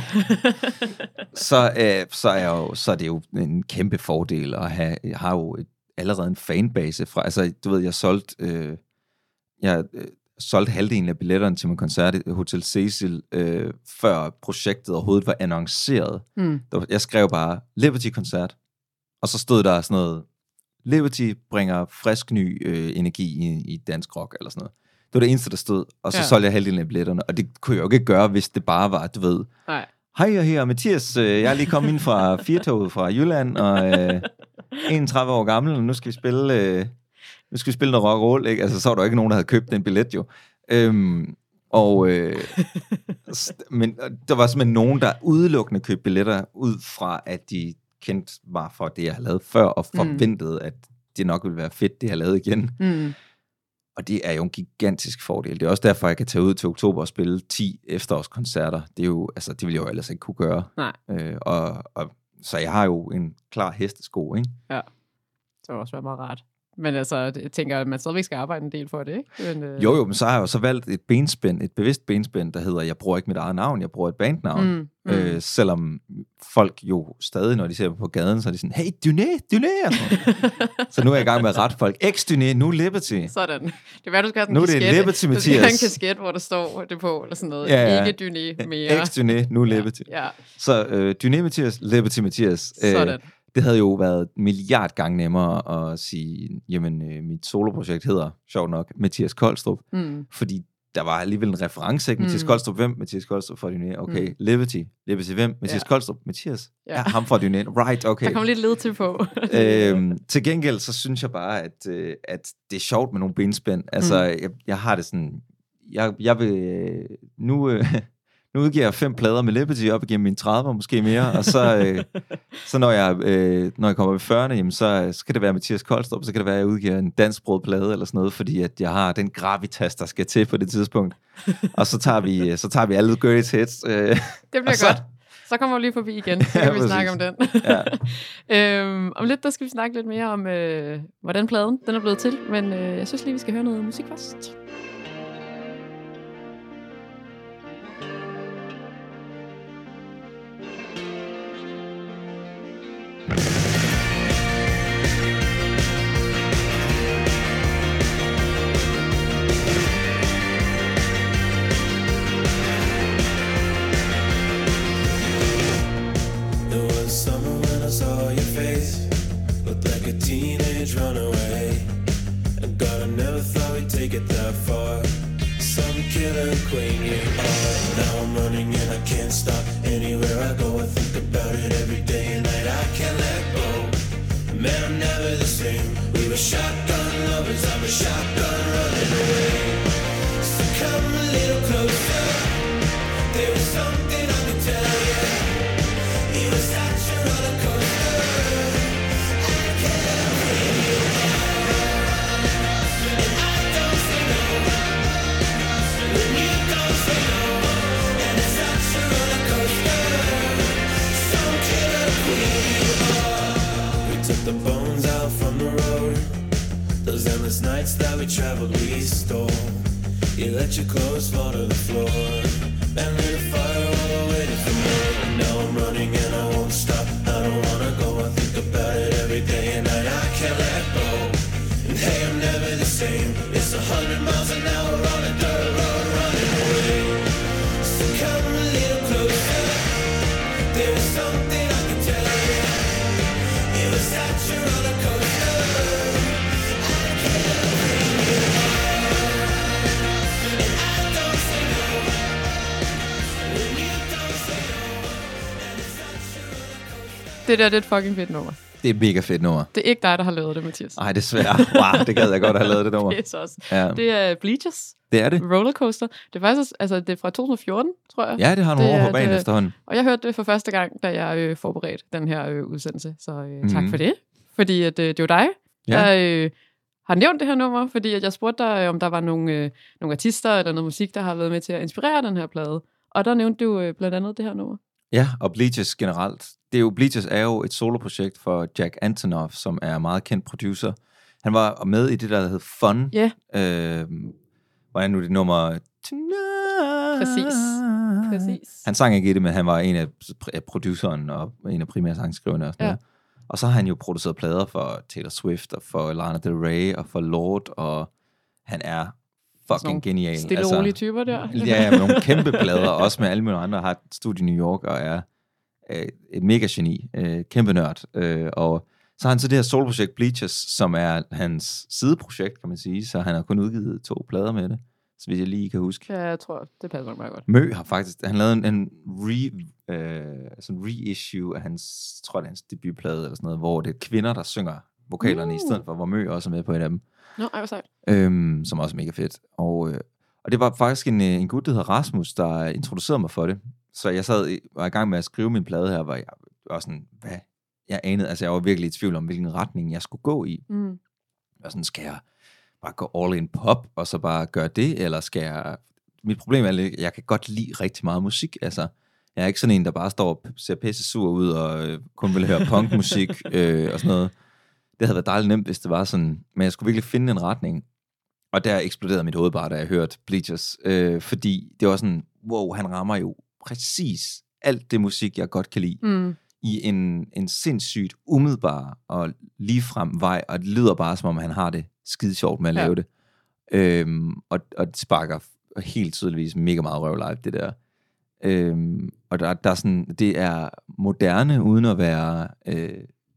så, øh, så, er jo, så er det jo en kæmpe fordel at have. Jeg har jo et, allerede en fanbase fra, altså du ved, jeg solgte, øh, jeg øh, solgte halvdelen af billetterne til min koncert i Hotel Cecil, øh, før projektet overhovedet var annonceret. Mm. Jeg skrev bare, Liberty-koncert, og så stod der sådan noget, Liberty bringer frisk ny øh, energi i, i dansk rock, eller sådan noget. Det var det eneste, der stod, og så ja. solgte jeg halvdelen af billetterne, og det kunne jeg jo ikke gøre, hvis det bare var, du ved, nej. Hej, jeg her Mathias, jeg er lige kommet ind fra Firtoget fra Jylland, og øh, enogtredive år gammel, og nu skal vi spille, øh, nu skal vi spille noget rock and roll, ikke? Altså, så var der ikke nogen, der havde købt den billet, jo. Øhm, og, øh, men der var simpelthen nogen, der udelukkende købte billetter, ud fra, at de kendte mig for det, jeg havde lavet før, og forventede, mm. at det nok ville være fedt, det jeg lavede igen. Mm. Og det er jo en gigantisk fordel. Det er også derfor, jeg kan tage ud til oktober og spille ti efterårskoncerter. Det er jo, altså, det ville jeg jo ellers ikke kunne gøre. Nej. Øh, og, og, så jeg har jo en klar hestesko, ikke? Ja, det vil også være meget rart. Men altså, jeg tænker, at man stadigvæk skal arbejde en del for det, ikke? Men, øh... Jo, jo, men så har jeg jo så valgt et benspænd, et bevidst benspænd, der hedder, jeg bruger ikke mit eget navn, jeg bruger et bandnavn. Mm, mm. Øh, selvom folk jo stadig, når de ser mig på gaden, så er de sådan, hey, Duné, Duné! Så nu er jeg i gang med at rette folk. Ex-Duné, nu Liberty. Sådan. Det er hvad, du skal have sådan en kasket. Nu er det Liberty, Mathias. Du skal have en kasket, hvor der står det på, eller sådan noget. Ja, ja. Ikke Duné mere. Ex-Duné, nu Liberty. Ja, ja. Så uh, Duné Mathias, Liberty Mathias. Sådan. det havde jo været en milliard gange nemmere at sige, jamen, øh, mit soloprojekt hedder, sjovt nok, Mathias Kolstrup. Mm. Fordi der var alligevel en reference, ikke? Mathias mm. Kolstrup, hvem? Mathias Kolstrup fra Dyné. Okay, mm. Liberty. Liberty, hvem? Mathias ja. Kolstrup. Mathias? Ja. ja, ham fra Dyné. Right, okay. Der kommer lidt led til på. øhm, til gengæld, så synes jeg bare, at, øh, at det er sjovt med nogle benspænd. Altså, mm. jeg, jeg har det sådan, jeg, jeg vil, øh, nu... Øh, Nu udgiver jeg fem plader med Liberty op igennem mine trediver, måske mere, og så, øh, så når, jeg, øh, når jeg kommer ved fyrrerne, jamen, så, så kan det være Mathias Kolstrup, så kan det være, at jeg udgiver en dansksproget plade eller sådan noget, fordi at jeg har den gravitas, der skal til på det tidspunkt. Og så tager vi, så tager vi alle great hits. Øh, det bliver så, godt. Så kommer vi lige forbi igen, så kan ja, vi snakke om den. Ja. øhm, om lidt, der skal vi snakke lidt mere om, øh, hvordan pladen den er blevet til, men øh, jeg synes lige, vi skal høre noget musik først. Det der, det er et fucking fedt nummer. Det er et mega fedt nummer. Det er ikke dig, der har lavet det, Mathias. Nej, desværre. Wow, det gad jeg godt at have lavet det nummer. Det er også. Ja. Det er Bleachers. Det er det. Rollercoaster. Det er faktisk også, altså det er fra to tusind og fjorten, tror jeg. Ja, det har nogle det år på banen det, efterhånden. Og jeg hørte det for første gang, da jeg øh, forberedte den her øh, udsendelse. Så øh, mm-hmm. tak for det. Fordi at, øh, det er jo dig, ja. der øh, har nævnt det her nummer. Fordi at jeg spurgte dig, om der var nogle, øh, nogle artister eller noget musik, der har været med til at inspirere den her plade. Og der nævnte du øh, blandt andet det her nummer. Ja, og Bleachers generelt. Det er jo, Bleachers er jo et soloprojekt for Jack Antonoff, som er meget kendt producer. Han var med i det, der hed Fun. Ja. Yeah. Øh, hvordan nu det nummer? Præcis. Præcis. Han sang ikke i det, men han var en af produceren og en af primære sangskriverne og sådan ja. noget. Og så har han jo produceret plader for Taylor Swift og for Lana Del Rey og for Lorde, og han er fucking genial. Stille altså, rolige typer der. Ja, med nogle kæmpe plader, også med alle mulige andre, har et studie i New York og er øh, et mega geni, øh, kæmpe nørd. Øh, og så har han så det her soloprojekt Bleachers, som er hans sideprojekt, kan man sige, så han har kun udgivet to plader med det, så vidt jeg lige kan huske. Ja, jeg tror, det passer nok meget godt. Mø har faktisk, han lavede en, en re, øh, sådan reissue af hans, tror jeg, hans debutplade eller sådan noget, hvor det er kvinder, der synger vokalerne mm. i stedet for, hvor Mø også er med på et af dem. Nå, ej, hvor sejt. Øhm, som også er mega fedt. Og, øh, og det var faktisk en, en gut, der hedder Rasmus, der introducerede mig for det. Så jeg sad var i gang med at skrive min plade her, hvor jeg var sådan, hvad? Jeg anede, altså jeg var virkelig i tvivl om, hvilken retning jeg skulle gå i. Mm. Og sådan, skal jeg bare gå all in pop, og så bare gøre det, eller skal jeg... Mit problem er, at jeg kan godt lide rigtig meget musik, altså... Jeg er ikke sådan en, der bare står og ser pisse sur ud, og øh, kun vil høre punkmusik, øh, og sådan noget. Det havde været dejligt nemt, hvis det var sådan, men jeg skulle virkelig finde en retning. Og der eksploderede mit hoved bare, da jeg hørte Bleachers, øh, fordi det var sådan, wow, han rammer jo præcis alt det musik, jeg godt kan lide, mm. i en, en sindssygt umiddelbar og ligefrem vej, og det lyder bare, som om han har det skide sjovt med at ja. lave det. Øhm, og, og det sparker helt tydeligvis mega meget røv live, det der. Øhm, og der, der er sådan, det er moderne, uden at være... Øh,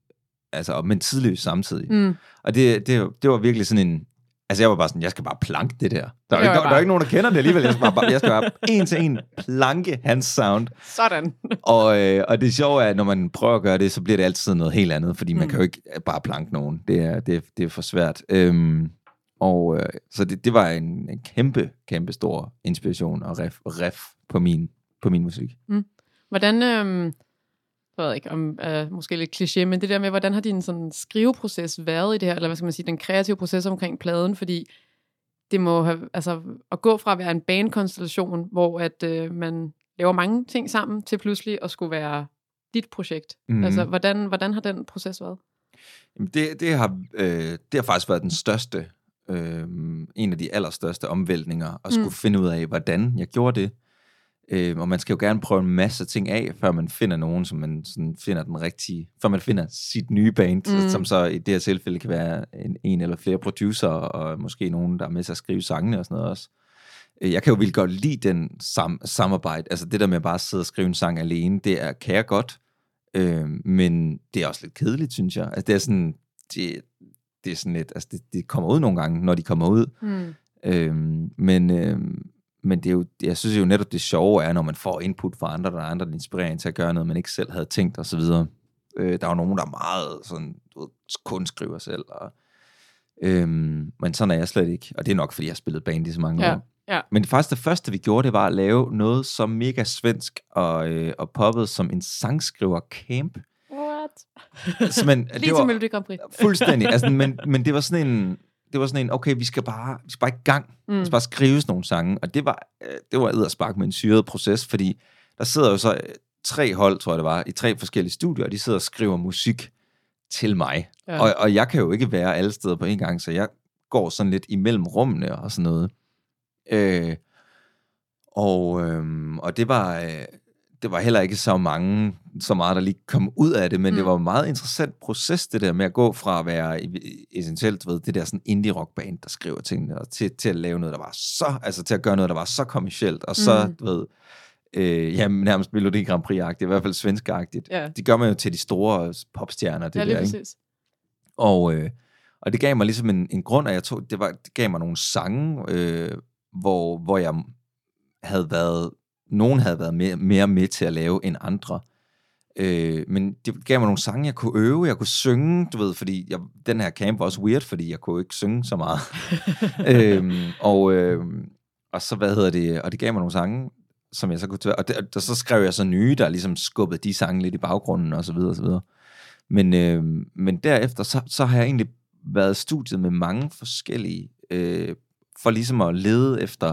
altså, men tidløs samtidig. Mm. Og det, det, det var virkelig sådan en, altså jeg var bare sådan, jeg skal bare planke det der. Der er, Det ikke, var der, bare- der er ikke nogen, der kender det alligevel. Jeg skal bare, jeg skal bare en til en planke hans sound. Sådan. Og, øh, og det sjove er, at når man prøver at gøre det, så bliver det altid noget helt andet, fordi man Mm. kan jo ikke bare planke nogen. Det er, det, er- det er for svært. Øhm, og øh, så det, det var en, en kæmpe, kæmpe stor inspiration og ref, ref på min, på min musik. Hvordan, øhm, jeg ved ikke om øh, måske lidt kliché, men det der med, hvordan har din sådan skriveproces været i det her, eller hvad skal man sige, den kreative proces omkring pladen, fordi det må have, altså at gå fra at være en bandkonstellation, hvor at øh, man laver mange ting sammen, til pludselig at skulle være dit projekt. Mhm. Mm. Altså, hvordan, hvordan har den proces været? Jamen, Det, det, har, øh, det har faktisk været den største, øh, en af de allerstørste omvæltninger, at skulle Mm. finde ud af, hvordan jeg gjorde det. Øh, og man skal jo gerne prøve en masse ting af, før man finder nogen, som man sådan finder den rigtige, før man finder sit nye band, Mm. mm. som så i det her tilfælde kan være en, en eller flere producer, og måske nogen, der er med til at skrive sangene og sådan noget også. Øh, Jeg kan jo vildt godt lide den sam- samarbejde, altså det der med at bare sidde og skrive en sang alene, det er, kan jeg godt, øh, men det er også lidt kedeligt, synes jeg. Altså det er sådan, det, det er sådan lidt, altså det, det kommer ud nogle gange, når de kommer ud, Mm. Øhm, men, øhm, men det er jo, jeg synes jo netop det sjove er, når man får input fra andre, der er andre, der inspirerer en til at gøre noget, man ikke selv havde tænkt og så videre. Øh, der er jo nogen, der er meget sådan, du ved, kun skriver selv. Og, øhm, men sådan er jeg slet ikke. Og det er nok, fordi jeg har spillet band i så mange Ja, år. ja. Men det faktisk det første, vi gjorde, det var at lave noget så mega svensk og, øh, og poppet som en sangskriver camp. What? Så, men, Lige til Melodi Grand Prix. Fuldstændig. Altså, men, men det var sådan en, det var sådan en, okay, vi skal bare, vi skal bare i gang. Mm. Vi skal bare skrive sådan nogle sange. Og det var, øh, det var edderspark med en syret proces, fordi der sidder jo så øh, tre hold, tror jeg det var, i tre forskellige studier, og de sidder og skriver musik til mig. Ja. Og, og jeg kan jo ikke være alle steder på en gang, så jeg går sådan lidt imellem rummene og sådan noget. Øh, og, øh, og det var... Øh, det var heller ikke så mange, så meget, der lige kom ud af det, men mm. det var en meget interessant proces, det der med at gå fra at være essentielt, ved det der sådan indie rockband, der skriver tingene, og til, til at lave noget, der var så, altså til at gøre noget, der var så kommercielt, og så, mm. du ved, øh, jamen nærmest Melodi Grand Prix-agtigt, i hvert fald svensk-agtigt. Ja. De gør man jo til de store popstjerner, det Ja, lige der, ikke? præcis. Og, øh, og det gav mig ligesom en, en grund, at jeg tog, det, var, det gav mig nogle sange, øh, hvor, hvor jeg havde været, nogen havde været mere, mere med til at lave end andre. Øh, men det gav mig nogle sange, jeg kunne øve, jeg kunne synge, du ved, fordi jeg, den her camp var også weird, fordi jeg kunne ikke synge så meget. øhm, og, øh, og så, hvad hedder det, og det gav mig nogle sange, som jeg så kunne tage, og, det, og så skrev jeg så nye, der ligesom skubbede de sange lidt i baggrunden, og så videre, og så videre. Men, øh, men derefter, så, så har jeg egentlig været i studiet med mange forskellige, øh, for ligesom at lede efter,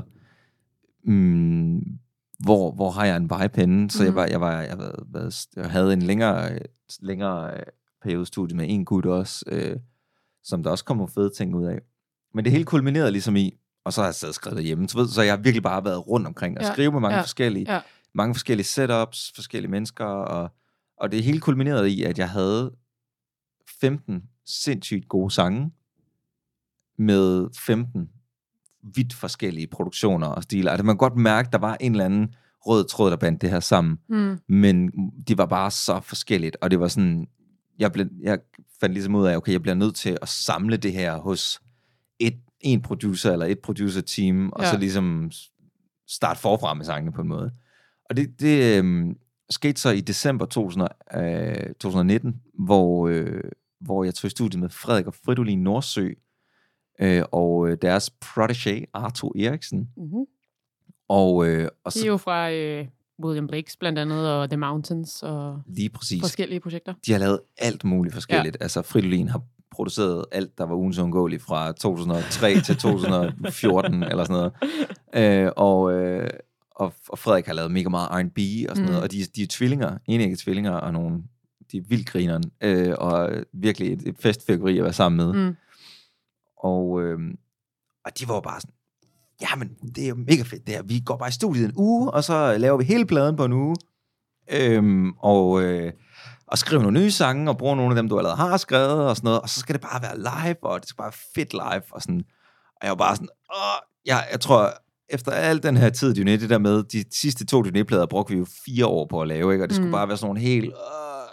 mm, hvor, hvor har jeg en vibe henne, så mm. jeg, var, jeg, var, jeg, var, var, jeg havde en længere, længere periode studie med en gut også, øh, som der også kom nogle fede ting ud af. Men det hele kulminerede ligesom i, og så har jeg siddet og skrevet derhjemme, så, ved, så jeg har virkelig bare været rundt omkring og ja. skrive med mange, ja. forskellige, ja. mange forskellige setups, forskellige mennesker, og, og det hele kulminerede i, at jeg havde femten sindssygt gode sange, med femten vidt forskellige produktioner og stiler. Altså, man kan godt mærke, der var en eller anden rød tråd, der bandt det her sammen. Mm. Men de var bare så forskelligt, og det var sådan, jeg, blev, jeg fandt ligesom ud af, okay, jeg bliver nødt til at samle det her hos et, en producer eller et producer-team, og ja. så ligesom starte forfra med sangene på en måde. Og det, det øhm, skete så i december to tusind nitten, hvor, øh, hvor jeg tog i studiet med Frederik og Fridolin Nordsø, Øh, og deres protégé, Arthur Eriksen. Mm-hmm. Og, øh, og så, det er jo fra øh, William Blakes blandt andet, og The Mountains, og lige præcis. forskellige projekter. De har lavet alt muligt forskelligt. Ja. Altså, Fridolin har produceret alt, der var ugens undgåeligt fra to tusind og tre til to tusind og fjorten, eller sådan noget. Øh, og, øh, og, og Frederik har lavet mega meget R and B, og sådan mm. noget, og de, de er tvillinger, enægget tvillinger, og nogle, de er vildt grineren, øh, og virkelig et, et festfyrkeri at være sammen med. Mm. Og, øhm, og de var bare sådan, jamen, det er jo mega fedt det her. Vi går bare i studiet en uge, og så laver vi hele pladen på en uge. Øhm, og, øh, og skriver nogle nye sange, og bruger nogle af dem, du allerede har skrevet, og sådan noget. Og så skal det bare være live, og det skal bare være fedt live. Og, sådan. Og jeg var bare sådan, åh, jeg, jeg tror, efter al den her tid, Dioné, det der med, de sidste to Dioné-plader brugte vi jo fire år på at lave, ikke? Og det skulle mm. bare være sådan nogle helt, åh,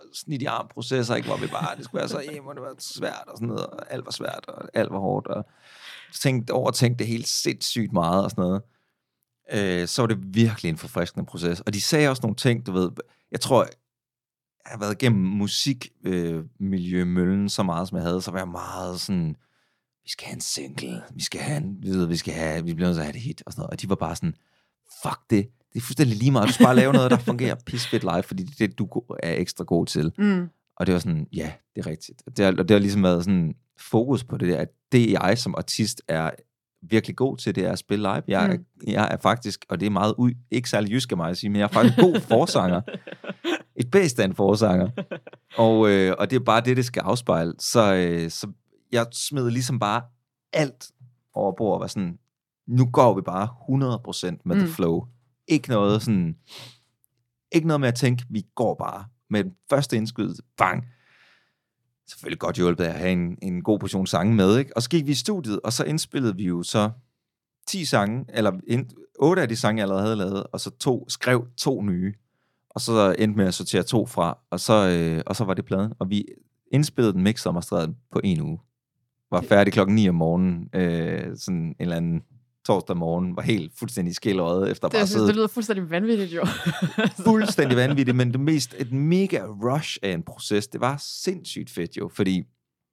snit i arm processer, ikke, hvor vi bare, det skulle være så emo, det var svært og sådan noget, og alt var svært, og alt var hårdt, og tænkte, overtænkte det helt sindssygt meget og sådan noget. Øh, så var det virkelig en forfriskende proces. Og de sagde også nogle ting, du ved, jeg tror, jeg har været igennem musikmiljømøllen øh, så meget, som jeg havde, så var jeg meget sådan, vi skal have en single, vi skal have en, vi, ved, vi skal have, vi bliver nødt til at have det hit, og sådan noget. Og de var bare sådan, fuck det, det er fuldstændig lige meget, du skal bare lave noget, der fungerer pisfedt live, fordi det er det, du er ekstra god til. Mm. Og det var sådan, ja, det er rigtigt. Og det har, og det har ligesom været sådan fokus på det der, at det jeg som artist er virkelig god til, det er at spille live. Jeg, mm. er, jeg er faktisk, og det er meget ud, ikke særlig jysk af mig at sige, men jeg er faktisk en god forsanger. Et bedstand forsanger. Og, øh, og det er bare det, det skal afspejle. Så, øh, så jeg smed ligesom bare alt over bord og var sådan, nu går vi bare hundrede procent med mm. the flow. Ikke noget sådan, ikke noget med at tænke, vi går bare med den første indskydelse, bang. Selvfølgelig godt hjulpet at have en, en god portion sange med, ikke? Og så gik vi i studiet, og så indspillede vi jo så ti sange, eller ind, otte af de sange, jeg allerede havde lavet, og så to, skrev to nye, og så endte med at sortere to fra, og så, øh, og så var det pladen, og vi indspillede den, mixede og masterede den på en uge. Var færdig klokken ni om morgenen, øh, sådan en eller anden torsdag morgen, var helt fuldstændig skælderøjet efter det, bare jeg synes, det lyder fuldstændig vanvittigt, jo. Fuldstændig vanvittigt, men det mest, et mega rush af en proces, det var sindssygt fedt jo, fordi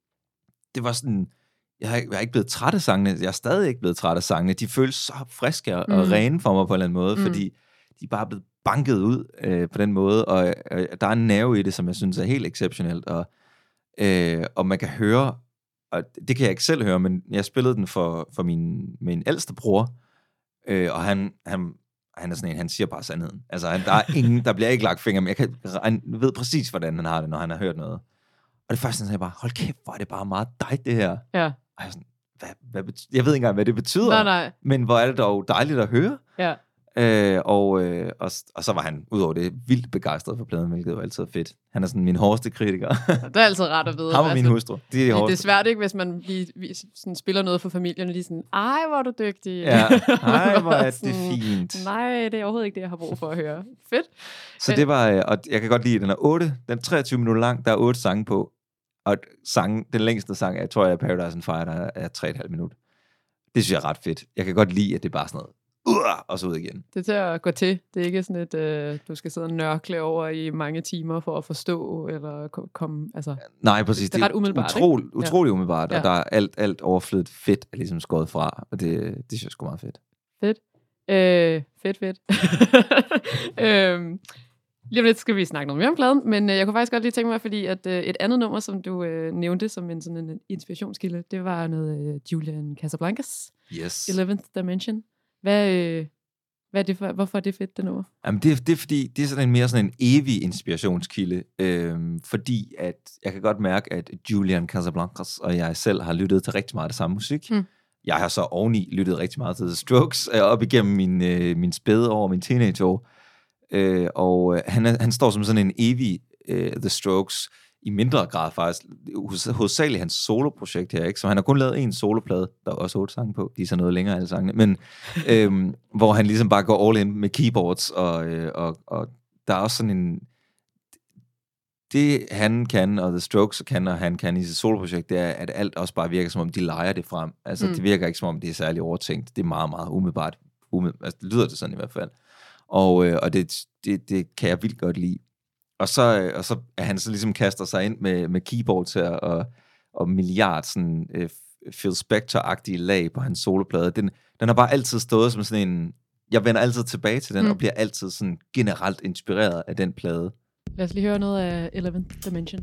det var sådan, jeg har, jeg er ikke blevet træt af sangene, jeg er stadig ikke blevet træt af sangene, de føles så friske og mm. rene for mig på en eller anden måde, mm. fordi de er bare blevet banket ud øh, på den måde, og øh, der er en nerve i det, som jeg synes er helt exceptionelt, og, øh, og man kan høre, og det kan jeg ikke selv høre, men jeg spillede den for, for min, min ældste bror, øh, og han, han, han er sådan en, han siger bare sandheden. Altså, han, der er ingen, der bliver ikke lagt fingre, men jeg kan, han ved præcis, hvordan han har det, når han har hørt noget. Og det første, han sagde bare, hold kæft, hvor er det bare meget dejligt, det her. Ja. Og jeg, sådan, hvad, hvad betyder, jeg ved ikke engang, hvad det betyder, nej, nej. men hvor er det dog dejligt at høre. Ja. Øh, og, øh, og, og så var han, udover det, vildt begejstret for pladen, hvilket var altid fedt. Han er sådan min hårdeste kritiker. Det er altid rart at vide. Han var min hustru. De er de det er svært ikke, hvis man lige, lige sådan spiller noget for familien, og de er sådan, ej, hvor er du dygtig. Ja, ej, hvor er det fint. Nej, det er overhovedet ikke det, jeg har brug for at høre. Fedt. Så det var, og jeg kan godt lide, den er otte, den er treogtyve minutter lang, der er otte sange på, og sange, den længste sang, jeg tror jeg er Paradise and Fire, der er tre komma fem minutter. Det synes jeg er ret fedt. Jeg kan godt lide, at det er bare sådan noget, og så ud igen. Det er til at gå til. Det er ikke sådan et, øh, du skal sidde og nørkle over i mange timer for at forstå, eller komme, altså... Nej, præcis. Det er ret umiddelbart, utrolig, utrolig umiddelbart, ja. Og der er alt, alt overflødigt fedt, er ligesom skåret fra, og det, det synes jeg sgu meget fedt. Fedt. Øh, fedt, fedt. øhm, lige om lidt skal vi snakke noget mere om pladen, men øh, jeg kunne faktisk godt lige tænke mig, fordi at øh, et andet nummer, som du øh, nævnte som en sådan en inspirationskilde, det var noget øh, Julian Casablancas. Yes. eleventh Dimension. Hvad, øh, hvad er det for, hvorfor er det fedt, det nummer? Jamen, det, det er fordi, det er sådan en mere sådan en evig inspirationskilde, øhm, fordi at jeg kan godt mærke, at Julian Casablancas og jeg selv har lyttet til rigtig meget af det samme musik. Hmm. Jeg har så oveni lyttet rigtig meget til The Strokes, øh, op igennem min, øh, min spæde år, min teenageår, øh, og øh, han, er, han står som sådan en evig øh, The Strokes, i mindre grad faktisk, hovedsageligt hans soloprojekt her, ikke? Så han har kun lavet en soloplade, der er også otte sange på, de er så noget længere alle sangene, men øhm, hvor han ligesom bare går all in med keyboards, og, øh, og, og der er også sådan en, det han kan, og The Strokes kan, og han kan i sit soloprojekt, det er, at alt også bare virker, som om de leger det frem. Altså, mm. det virker ikke, som om det er særlig overtænkt. Det er meget, meget umiddelbart. Umiddelbart. Altså, det lyder det sådan i hvert fald. Og, øh, og det, det, det kan jeg vildt godt lide. Og så, og så er han så ligesom kaster sig ind med, med keyboards her, og, og milliard sådan øh, Phil Spector-agtige lag på hans soloplade. Den, den har bare altid stået som sådan en... Jeg vender altid tilbage til den, mm. og bliver altid sådan generelt inspireret af den plade. Lad os lige høre noget af eleventh Dimension.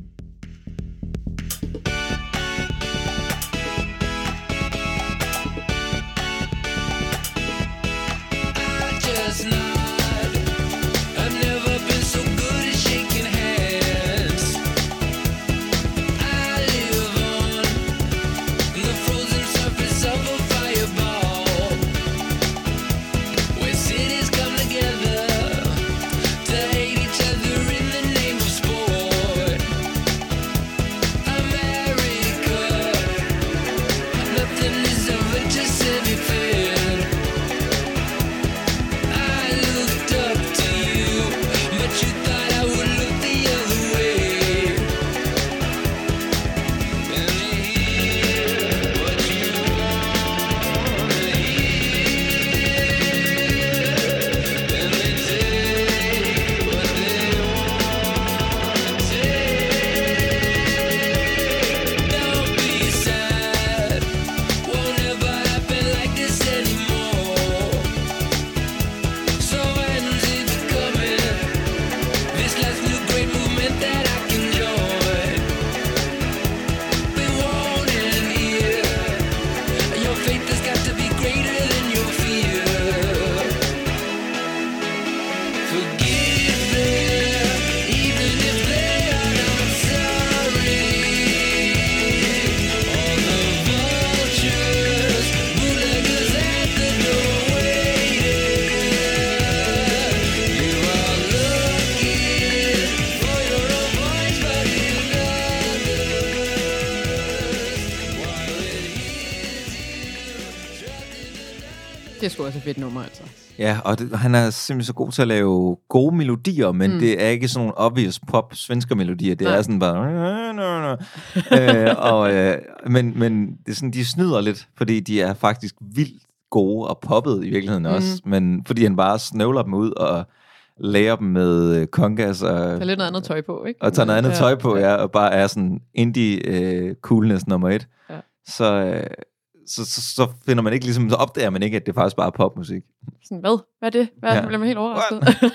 faith has got to be greater than your fear. Forgive them, even if they are not sorry. All the vultures, bootleggers at the door waiting. You are looking for your own voice, but in Det er sgu også et fedt nummer, altså. Ja, og det, han er simpelthen så god til at lave gode melodier, men mm. det er ikke sådan nogle obvious pop svensker melodier. Det Nej. er sådan bare... øh, og, øh, men, men det er sådan, de snyder lidt, fordi de er faktisk vildt gode og poppet i virkeligheden også. Mm. Men fordi han bare snøvler dem ud og lager dem med kongas og... Der er lidt noget andet tøj på, ikke? Og tager noget andet ja. tøj på, ja, og bare er sådan indie øh, coolness nummer et. Ja. Så... Øh, Så, så, så finder man ikke ligesom, så opdager man ikke, at det faktisk bare er popmusik. Sådan, hvad? Hvad er det? Hvad ja. bliver man helt overrasket?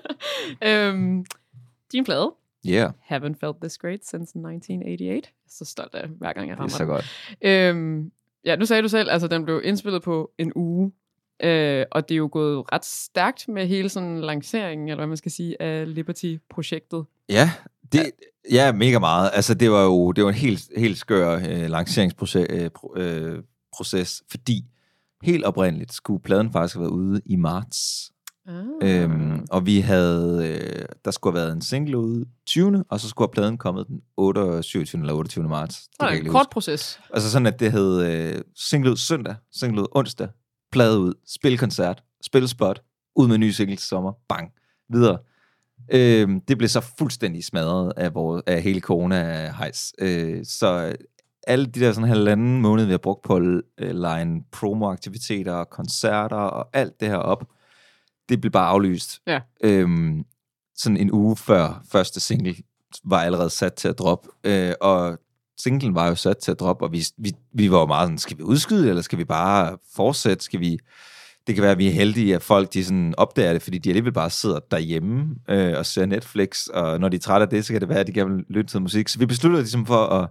øhm, din plade. Yeah. Haven't felt this great since nineteen eighty-eight. Så stolt af, hver gang jeg rammer. Det er så godt. Øhm, ja, nu sagde du selv, altså den blev indspillet på en uge. Øh, og det er jo gået ret stærkt med hele sådan lanceringen, eller hvad man skal sige, af Liberty-projektet. Ja, det... Ja, mega meget. Altså, det var jo det var en helt, helt skør øh, lanceringsproces, øh, pro, øh, proces, fordi helt oprindeligt skulle pladen faktisk have været ude i marts. Ah. Øhm, og vi havde, øh, der skulle have været en single ude tyvende og så skulle pladen kommet den otteogtyvende, syvogtyvende eller otteogtyvende marts. Det var en kort proces. Altså sådan, at det hed øh, single ud søndag, single ud onsdag, plade ud, spilkoncert, spilspot, ud med ny single til sommer, bang, videre. Øh, det blev så fuldstændig smadret af, vores, af hele corona-hejs. Øh, så alle de der sådan halvanden måned, vi har brugt på at line promo-aktiviteter, koncerter og alt det her op, det blev bare aflyst. Ja. Øh, sådan en uge før første single var allerede sat til at droppe. Øh, og singlen var jo sat til at droppe, og vi, vi, vi var jo meget sådan, skal vi udskyde, eller skal vi bare fortsætte? Skal vi... Det kan være, at vi er heldige, at folk de sådan opdager det, fordi de alligevel bare sidder derhjemme øh, og ser Netflix, og når de er trætte af det, så kan det være, at de gerne vil lytte til musik. Så vi besluttede ligesom for at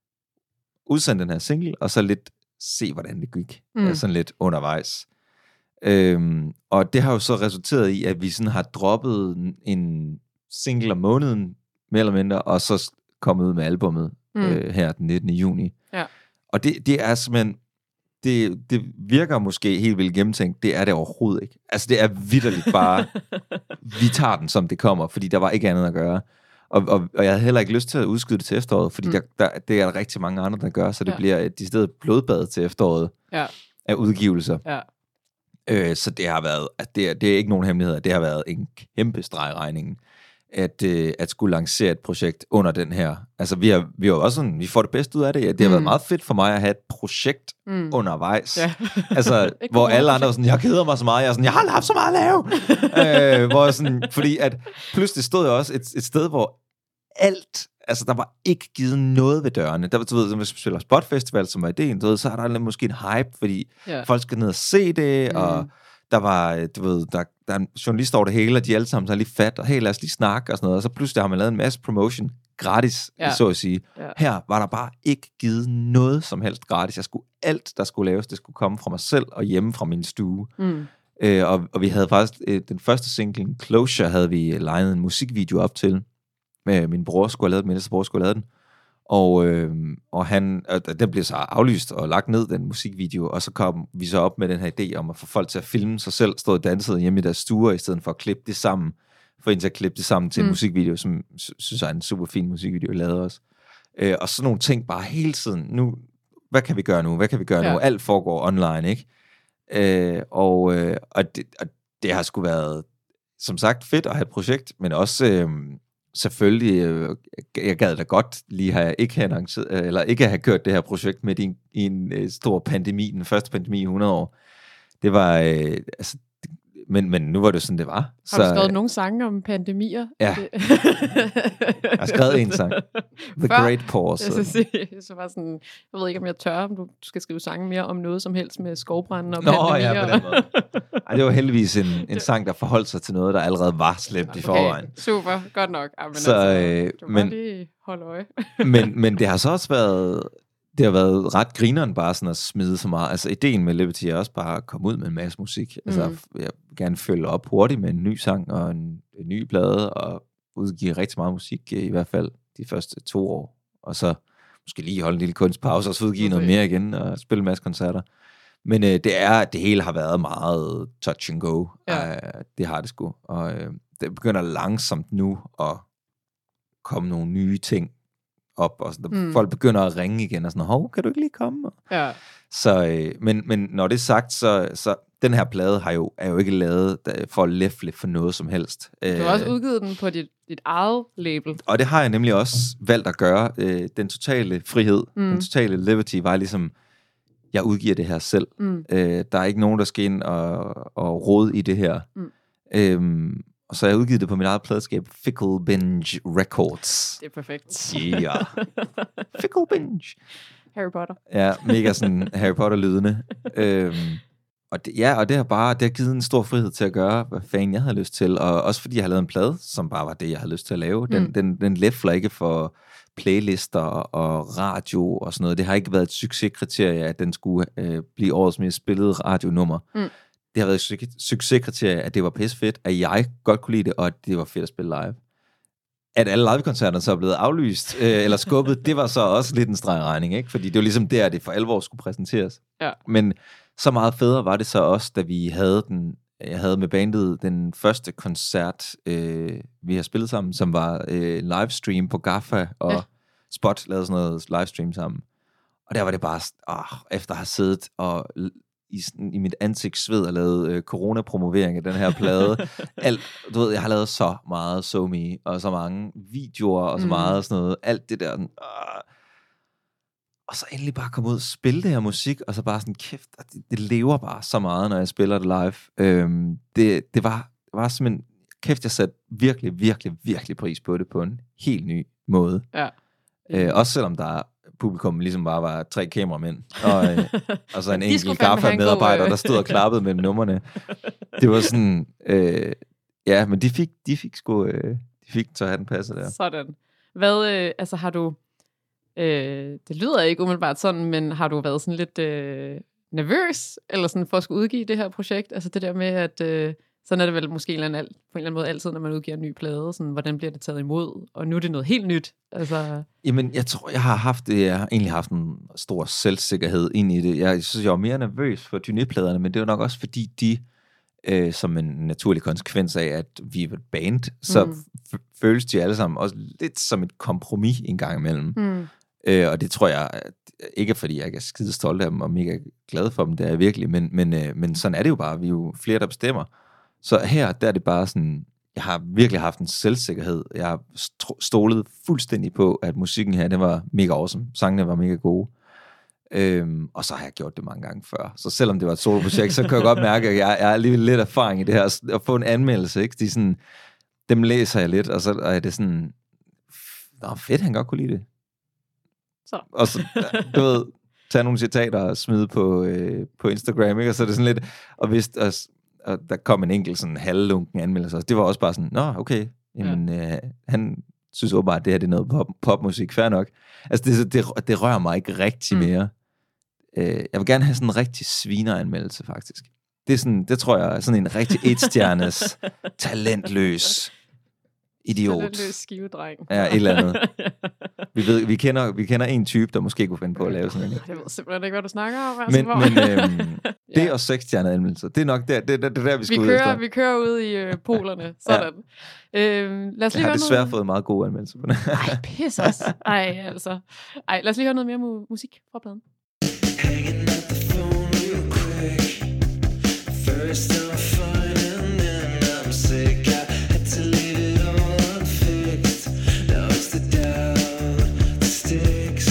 udsende den her single, og så lidt se, hvordan det gik. Mm. Altså sådan lidt undervejs. Øhm, og det har jo så resulteret i, at vi sådan har droppet en single om måneden, mere eller mindre, og så kommet ud med albummet mm. øh, her den nittende juni. Ja. Og det, det er simpelthen... Det, det virker måske helt vildt gennemtænkt. Det er det overhovedet ikke. Altså, det er vitterligt bare, vi tager den, som det kommer, fordi der var ikke andet at gøre. Og, og, og jeg havde heller ikke lyst til at udskyde det til efteråret, fordi mm. der, der, det er der rigtig mange andre, der gør, så det ja. bliver et decideret blodbad til efteråret ja. af udgivelser. Ja. Øh, så det har været, at det, er, det er ikke nogen hemmelighed, det har været en kæmpe stregregning. At, øh, at skulle lancere et projekt under den her. Altså, vi har, vi har også sådan, vi får det bedste ud af det. Det har mm. været meget fedt for mig at have et projekt mm. undervejs. Ja. Altså, hvor alle andre var sådan, jeg keder mig så meget. Jeg er sådan, jeg har aldrig haft så meget at lave. øh, hvor sådan, fordi at pludselig stod jeg også et, et sted, hvor alt, altså der var ikke givet noget ved dørene. Der var, du ved, hvis vi spiller Spot Festival, som var ideen, du ved, så er der måske en hype, fordi ja. folk skal ned og se det, mm. og der var, du ved, der, der er en journalist over det hele, og de alle sammen så lige fat, og hey, lad os lige snakke, og sådan noget, og så pludselig har man lavet en masse promotion, gratis, ja. så at sige. Ja. Her var der bare ikke givet noget som helst gratis. Jeg skulle, alt, der skulle laves, det skulle komme fra mig selv, og hjemme fra min stue. Mm. Øh, og, og vi havde faktisk, øh, den første single, Closure, havde vi legnet en musikvideo op til, med min bror skulle have lavet den, min ældste bror skulle have lavet den, Og, øh, og han, øh, den blev så aflyst og lagt ned, den musikvideo, og så kom vi så op med den her idé om at få folk til at filme sig selv, stå og danse hjemme i deres stuer, i stedet for at klippe det sammen, for en til at klippe det sammen til mm. en musikvideo, som synes jeg er en super fin musikvideo, jeg lavede også. Øh, og sådan nogle ting bare hele tiden, nu, hvad kan vi gøre nu, hvad kan vi gøre ja. nu, alt foregår online, ikke? Øh, og, øh, og, det, og det har sgu været, som sagt, fedt at have et projekt, men også... Øh, selvfølgelig, øh, jeg gad da godt lige have ikke have annonceret, eller ikke have kørt det her projekt med i en, i en øh, stor pandemi, den første pandemi i hundrede år. Det var, øh, altså, men, men nu var det sådan, det var. Har du så, skrevet øh, nogle sange om pandemier? Ja. Jeg har skrevet en sang. The Før, Great Pause. Jeg, så, så var sådan, jeg ved ikke, om jeg tør, om du skal skrive sange mere om noget som helst med skovbranden og Nå, pandemier. Ja, på den måde. Ej, det var heldigvis en, en sang, der forholdt sig til noget, der allerede var slemt okay, i forvejen. Super, godt nok. Ja, men så, altså, du må men, lige holde øje. men, men det har så også været, det har været ret grineren bare sådan at smide så meget. Altså ideen med Liberty er også bare at komme ud med en masse musik. Mm. Altså jeg vil gerne følge op hurtigt med en ny sang og en, en ny plade og udgive rigtig meget musik, i hvert fald de første to år. Og så måske lige holde en lille kunstpause og så udgive okay. noget mere igen og spille en masse koncerter. Men øh, det er, det hele har været meget touch and go. Ja. Uh, det har det sgu. Og øh, det begynder langsomt nu at komme nogle nye ting op, og sådan, mm. folk begynder at ringe igen, og sådan, hov, kan du ikke lige komme? Ja. Så, øh, men, men når det er sagt, så, så den her plade har jo, er jo ikke lavet for at læfle for noget som helst. Du har også udgivet den på dit, dit eget label. Og det har jeg nemlig også valgt at gøre. Øh, den totale frihed, mm. den totale liberty var ligesom, jeg udgiver det her selv. Mm. Øh, der er ikke nogen, der skal ind og, og rode i det her. Mm. Øhm, Og så har jeg udgivet det på mit eget pladeskab, Fickle Binge Records. Det er perfekt. Ja. Yeah. Fickle Binge. Harry Potter. Ja, mega sådan Harry Potter-lydende. øhm, og det, ja, og det har bare det har givet en stor frihed til at gøre, hvad fanden jeg havde lyst til. Og også fordi jeg har lavet en plade, som bare var det, jeg havde lyst til at lave. Den, mm. den, den læfler ikke for playlister og radio og sådan noget. Det har ikke været et succeskriterie, at den skulle øh, blive årets mest spillede radionummer. Mm. Det har været et succeskriterie, at det var pisse fedt, at jeg godt kunne lide det, og at det var fedt at spille live. At alle livekoncerterne så er blevet aflyst, øh, eller skubbet, det var så også lidt en stregregning, ikke? Fordi det var ligesom der, det for alvor skulle præsenteres. Ja. Men så meget federe var det så også, da vi havde den, jeg havde med bandet den første koncert, øh, vi har spillet sammen, som var øh, livestream på Gaffa, og ja. Spot lavede sådan noget livestream sammen. Og der var det bare, åh, efter at have siddet og i, i mit ansigtssved og lavet øh, coronapromovering af den her plade. Alt, du ved, jeg har lavet så meget SoMe, og så mange videoer, og så mm. meget sådan noget, alt det der. Sådan, øh. Og så endelig bare komme ud og spille det her musik, og så bare sådan, kæft, det, det lever bare så meget, når jeg spiller det live. Øhm, det, det, var, det var simpelthen, kæft, jeg satte virkelig, virkelig, virkelig pris på det på en helt ny måde. Ja. Øh, også selvom der er publikum ligesom bare var tre kameramænd, og, øh, og så en enkelt Gaffa-medarbejder, der stod og klappede mellem numrene. Det var sådan, øh, ja, men de fik, de fik sgu, øh, de fik så have den passet der. Sådan. Hvad, øh, altså har du, øh, det lyder ikke umiddelbart sådan, men har du været sådan lidt øh, nervøs, eller sådan for at skulle udgive det her projekt? Altså det der med, at øh, sådan er det vel måske en eller anden, på en eller anden måde altid, når man udgiver en ny plade, sådan, hvordan bliver det taget imod? Og nu er det noget helt nyt. Altså... Jamen, jeg tror, jeg har haft det, jeg har egentlig haft en stor selvsikkerhed ind i det. Jeg synes, jeg var mere nervøs for turné-pladerne, men det var nok også fordi de, øh, som en naturlig konsekvens af, at vi er et band, så mm. f- føles de alle sammen også lidt som et kompromis en gang imellem. Mm. Øh, og det tror jeg, ikke fordi jeg er skide stolt af dem, og mega glad for dem, det er jeg virkelig, men, men, øh, men sådan er det jo bare, vi er jo flere, der bestemmer. Så her, der er det bare sådan, jeg har virkelig haft en selvsikkerhed. Jeg har stolet fuldstændig på, at musikken her, det var mega awesome. Sangene var mega gode. Øhm, og så har jeg gjort det mange gange før. Så selvom det var et soloprojekt, så kan jeg godt mærke, at jeg, jeg er alligevel lidt erfaring i det her. At få en anmeldelse, ikke? De er sådan, dem læser jeg lidt, og så er det sådan, nå fedt, han godt kunne lide det. Så. Og så, du ved, tage nogle citater og smide på, øh, på Instagram, ikke? Og så er det sådan lidt, og hvis... Og, og der kom en enkelt sådan halvlunken anmeldelse, og det var også bare sådan, nå, okay, jamen, ja. øh, han synes jo bare, at det her det er noget pop, popmusik, fair nok. Altså, det, det, det rører mig ikke rigtig mm. mere. Øh, jeg vil gerne have sådan en rigtig svineranmeldelse, faktisk. Det er sådan, det tror jeg er sådan en rigtig etstjernes, talentløs idiot. Talentløs skivedreng. Ja, et eller andet. Vi, ved, vi, kender, vi kender en type, der måske kunne finde på at lave sådan en. Jeg ved simpelthen ikke, hvad du snakker om. Altså, men men øhm, det er også seksstjernede anmeldelser. Det er nok der, det, det, det der, vi skal vi ud kører, efter. Vi kører ud i øh, polerne. Sådan. Ja. Øhm, lad os lige jeg har desværre noget... fået meget gode anmeldelser på det. Ej, pis os. Ej, altså. Ej, lad os lige høre noget mere mu- musik fra pladen. Hanging up the phone real quick. First I'm fine and then I'm sick. I had to leave it all unfixed. Now it's the doubt that sticks.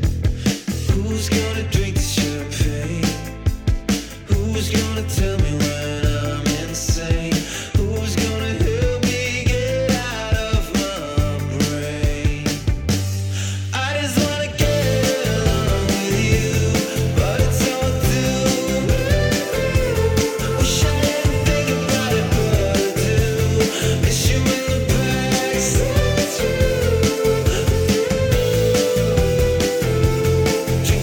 Who's gonna drink the champagne? Who's gonna tell me when I'm insane? Who's gonna help me get out of my brain? I just wanna get along with you, but it's all too. Wish I didn't think about it, but I do. Miss you in the backseat. Drink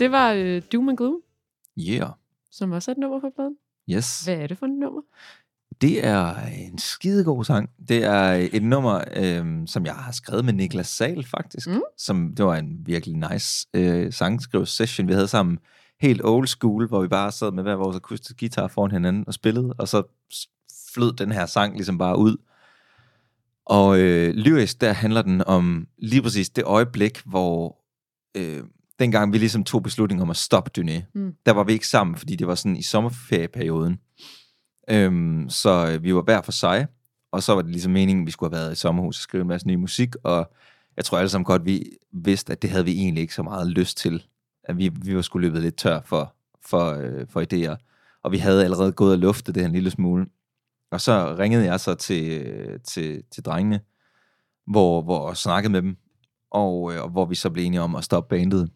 det var øh, Doom and Gloom, Yeah. som også er et nummer fra pladen. Yes. Hvad er det for et nummer? Det er en skidegod sang. Det er et nummer, øh, som jeg har skrevet med Niklas Sahl, faktisk. Mm. Som, det var en virkelig nice øh, sangskrivs-session, vi havde sammen. Helt old school, hvor vi bare sad med hver vores akustisk guitar foran hinanden og spillede, og så flød den her sang ligesom bare ud. Og øh, lyrisk, der handler den om lige præcis det øjeblik, hvor øh, dengang vi ligesom tog beslutningen om at stoppe Dyné, mm. der var vi ikke sammen, fordi det var sådan i sommerferieperioden. Øhm, så vi var hver for sig, og så var det ligesom meningen, at vi skulle have været i sommerhus og skrive en masse ny musik, og jeg tror alle sammen godt, vi vidste, at det havde vi egentlig ikke så meget lyst til. At vi, vi var sgu løbet lidt tør for, for, øh, for idéer, og vi havde allerede gået og luftet det her en lille smule. Og så ringede jeg så til, til, til drengene, hvor, hvor jeg snakkede med dem, og, og hvor vi så blev enige om at stoppe bandet.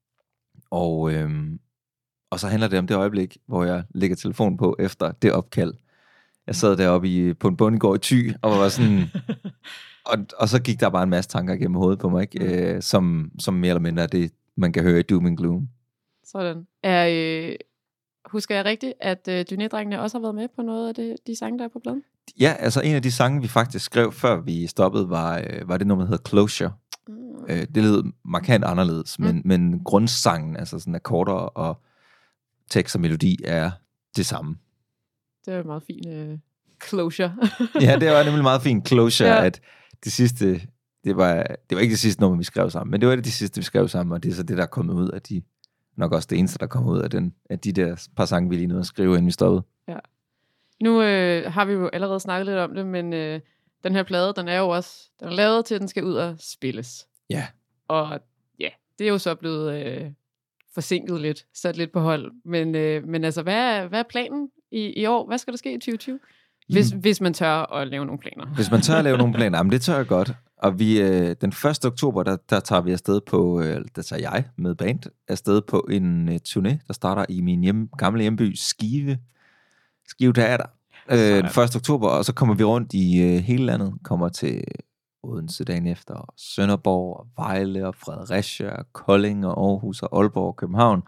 Og, øhm, og så handler det om det øjeblik, hvor jeg lægger telefonen på efter det opkald. Jeg sad deroppe i, på en bondegård i Thy, og var sådan... og, og så gik der bare en masse tanker igennem hovedet på mig, ikke? Mm. Øh, som, som mere eller mindre er det, man kan høre i Doom and Gloom. Sådan. Er, øh, husker jeg rigtigt, at øh, Dyné-drengene også har været med på noget af det, de sange, der er på pladen? Ja, altså en af de sange, vi faktisk skrev, før vi stoppede, var, øh, var det nummer, der hedder Closure. Mm. Øh, det lød markant anderledes, men, mm. men grundsangen, altså sådan akkorder og tekst og melodi, er det samme. Det er jo meget fin øh, closure. Ja, det var nemlig meget fin closure, ja. At det sidste, det var, det var ikke det sidste nummer, vi skrev sammen, men det var det, det sidste, vi skrev sammen, og det er så det, der er kommet ud af de, nok også det eneste, der kom ud af, den, af de der par sange, vi lige nåede at skrive, inden vi stoppede. Ja. Nu øh, har vi jo allerede snakket lidt om det, men øh, den her plade, den er jo også, den er lavet til, at den skal ud og spilles. Ja. Og ja, det er jo så blevet øh, forsinket lidt, sat lidt på hold. Men, øh, men altså, hvad er, hvad er planen i, i år? Hvad skal der ske i tyve tyve? Hvis, mm. hvis man tør at lave nogle planer. Hvis man tør at lave nogle planer, jamen det tør jeg godt. Og vi, øh, den første oktober, der, der tager vi afsted på, øh, der tager jeg med band afsted på en øh, turné, der starter i min hjem, gamle hjemby Skive, Skive Teater, øh, den første oktober, og så kommer vi rundt i øh, hele landet, kommer til Odense dagen efter, og Sønderborg, og Vejle, og Fredericia, og Kolding, og Aarhus, og Aalborg, og København,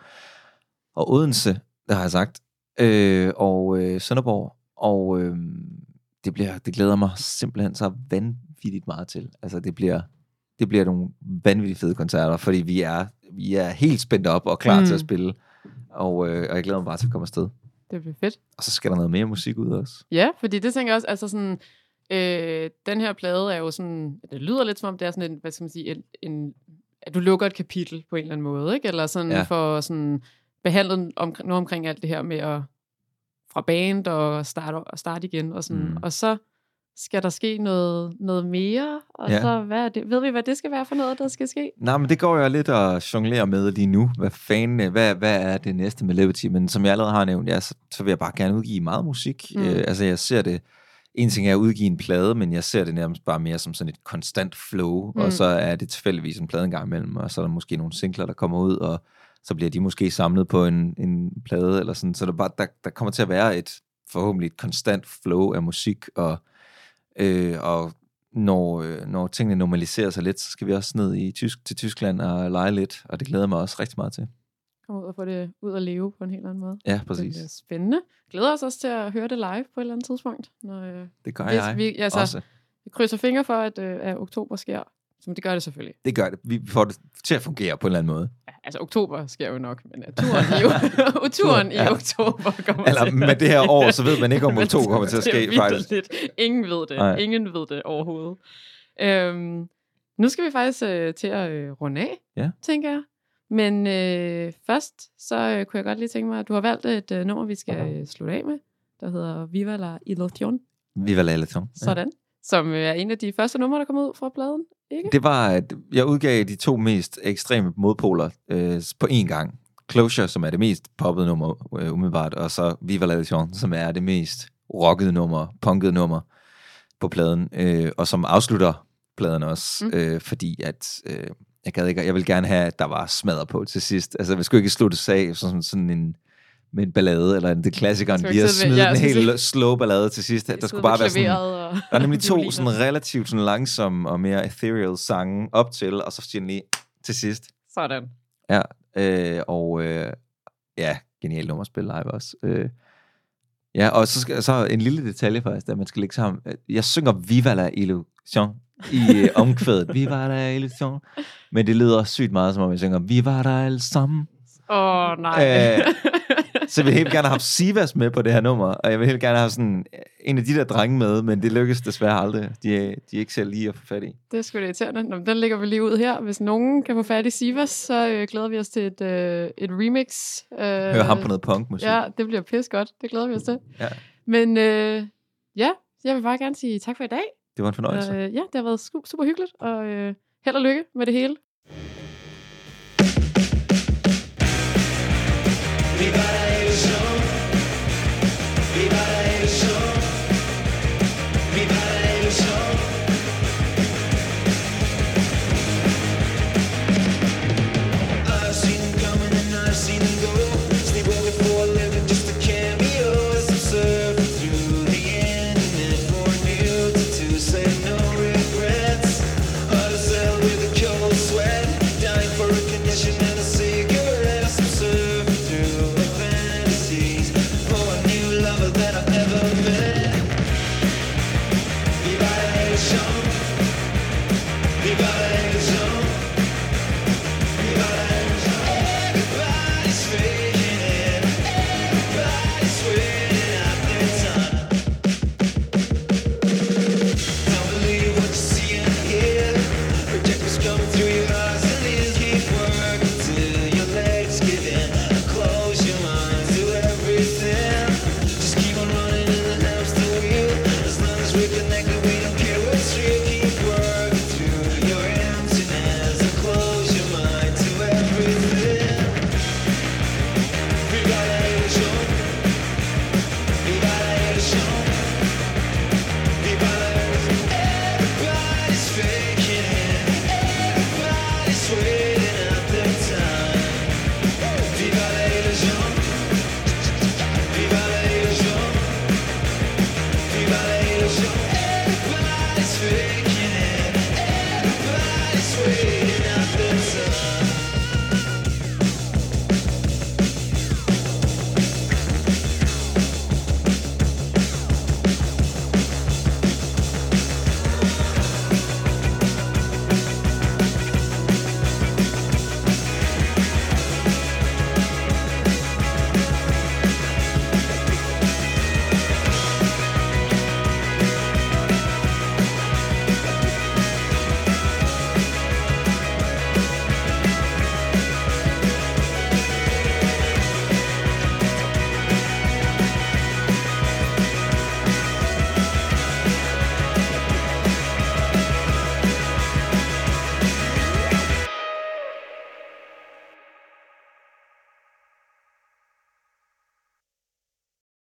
og Odense, der har jeg sagt, øh, og øh, Sønderborg, og øh, det, bliver, det glæder mig simpelthen så vanvittigt meget til. Altså det bliver, det bliver nogle vanvittigt fede koncerter, fordi vi er, vi er helt spændt op og klar mm. til at spille, og, øh, og jeg glæder mig bare til at komme afsted. Det bliver fedt. Og så skal der noget mere musik ud også. Ja, fordi det tænker jeg også, altså sådan, øh, den her plade er jo sådan, det lyder lidt som om det er sådan en, hvad skal man sige, en, en, at du lukker et kapitel på en eller anden måde, ikke? Eller sådan ja. For sådan behandlet om, noget omkring alt det her med at fra band og starte, og starte igen og sådan, mm. og så skal der ske noget, noget mere, og ja. Så hvad er det? Ved vi, hvad det skal være for noget, der skal ske? Nej, men det går jeg lidt og jonglerer med lige nu. Hvad fanden, hvad, hvad er det næste med Liberty? Men som jeg allerede har nævnt, ja, så, så vil jeg bare gerne udgive meget musik. Mm. Øh, altså jeg ser det, en ting er at udgive en plade, men jeg ser det nærmest bare mere som sådan et konstant flow, mm. og så er det tilfældigvis en plade en gang imellem, og så er der måske nogle singler, der kommer ud, og så bliver de måske samlet på en, en plade, eller sådan, så der, bare, der, der kommer til at være et, forhåbentlig et konstant flow af musik, og, øh, og når, øh, når tingene normaliserer sig lidt, så skal vi også ned i Tysk, til Tyskland og lege lidt, og det glæder mig også rigtig meget til. Komme ud og få det ud at leve på en helt anden måde. Ja, præcis. Det er spændende. Glæder os også til at høre det live på et eller andet tidspunkt. Når, øh, det gør jeg vi, altså, også. Vi krydser fingre for, at, øh, at oktober sker. Som det gør det selvfølgelig. Det gør det. Vi får det til at fungere på en eller anden måde. Ja, altså oktober sker jo nok, men uh, turen i, turen i ja. oktober kommer eller, til. Med det her år, så ved man ikke, om oktober kommer til at ske. Faktisk. Lidt. Ingen ved det. Nej. Ingen ved det overhovedet. Øhm, nu skal vi faktisk øh, til at øh, runde af, ja. tænker jeg. Men øh, først, så øh, kunne jeg godt lige tænke mig, at du har valgt et øh, nummer, vi skal øh, slutte af med, der hedder Viva la Ilusión. Viva la Ilusión. Sådan. Ja. Som er en af de første numre, der kom ud fra pladen, ikke? Det var, at jeg udgav de to mest ekstreme modpoler øh, på én gang. Closure, som er det mest poppede nummer, øh, umiddelbart, og så Viva la Ilusión, som er det mest rockede nummer, punkede nummer på pladen, øh, og som afslutter pladen også, mm. øh, fordi at øh, jeg gad ikke, jeg vil gerne have, at der var smadret på til sidst. Altså, vi skulle ikke slutte af sådan, sådan en med en ballade, eller en, det klassikeren, vi har smidt ja, en helt slow ballade til sidst. Der skulle bare være sådan, og der er nemlig to sådan relativt sådan langsomme og mere ethereal sange op til, og så siger den lige til sidst. Sådan. Ja, øh, og øh, ja, genialt nummer at spille live også. Øh, ja, og så, skal, så en lille detalje faktisk, der man skal lægge sammen. Jeg synger Viva la illusion i øh, omkvædet. Viva la illusion. Men det lyder sygt meget, som om jeg synger Viva la alle sammen. Åh, oh, nej. Øh, så jeg vil helt gerne have haft Sivas med på det her nummer, og jeg vil helt gerne have sådan en af de der drenge med, men det lykkes desværre aldrig. De er, de er ikke selv lige at få fat i. Det er sgu da irriterende. Nå, den lægger vi lige ud her. Hvis nogen kan få fat i Sivas, så øh, glæder vi os til et, øh, et remix. Øh, Hør ham på noget punkmusik. Ja, det bliver pis godt. Det glæder vi os til. Ja. Men øh, ja, jeg vil bare gerne sige tak for i dag. Det var en fornøjelse. Øh, ja, det har været super hyggeligt, og øh, held og lykke med det hele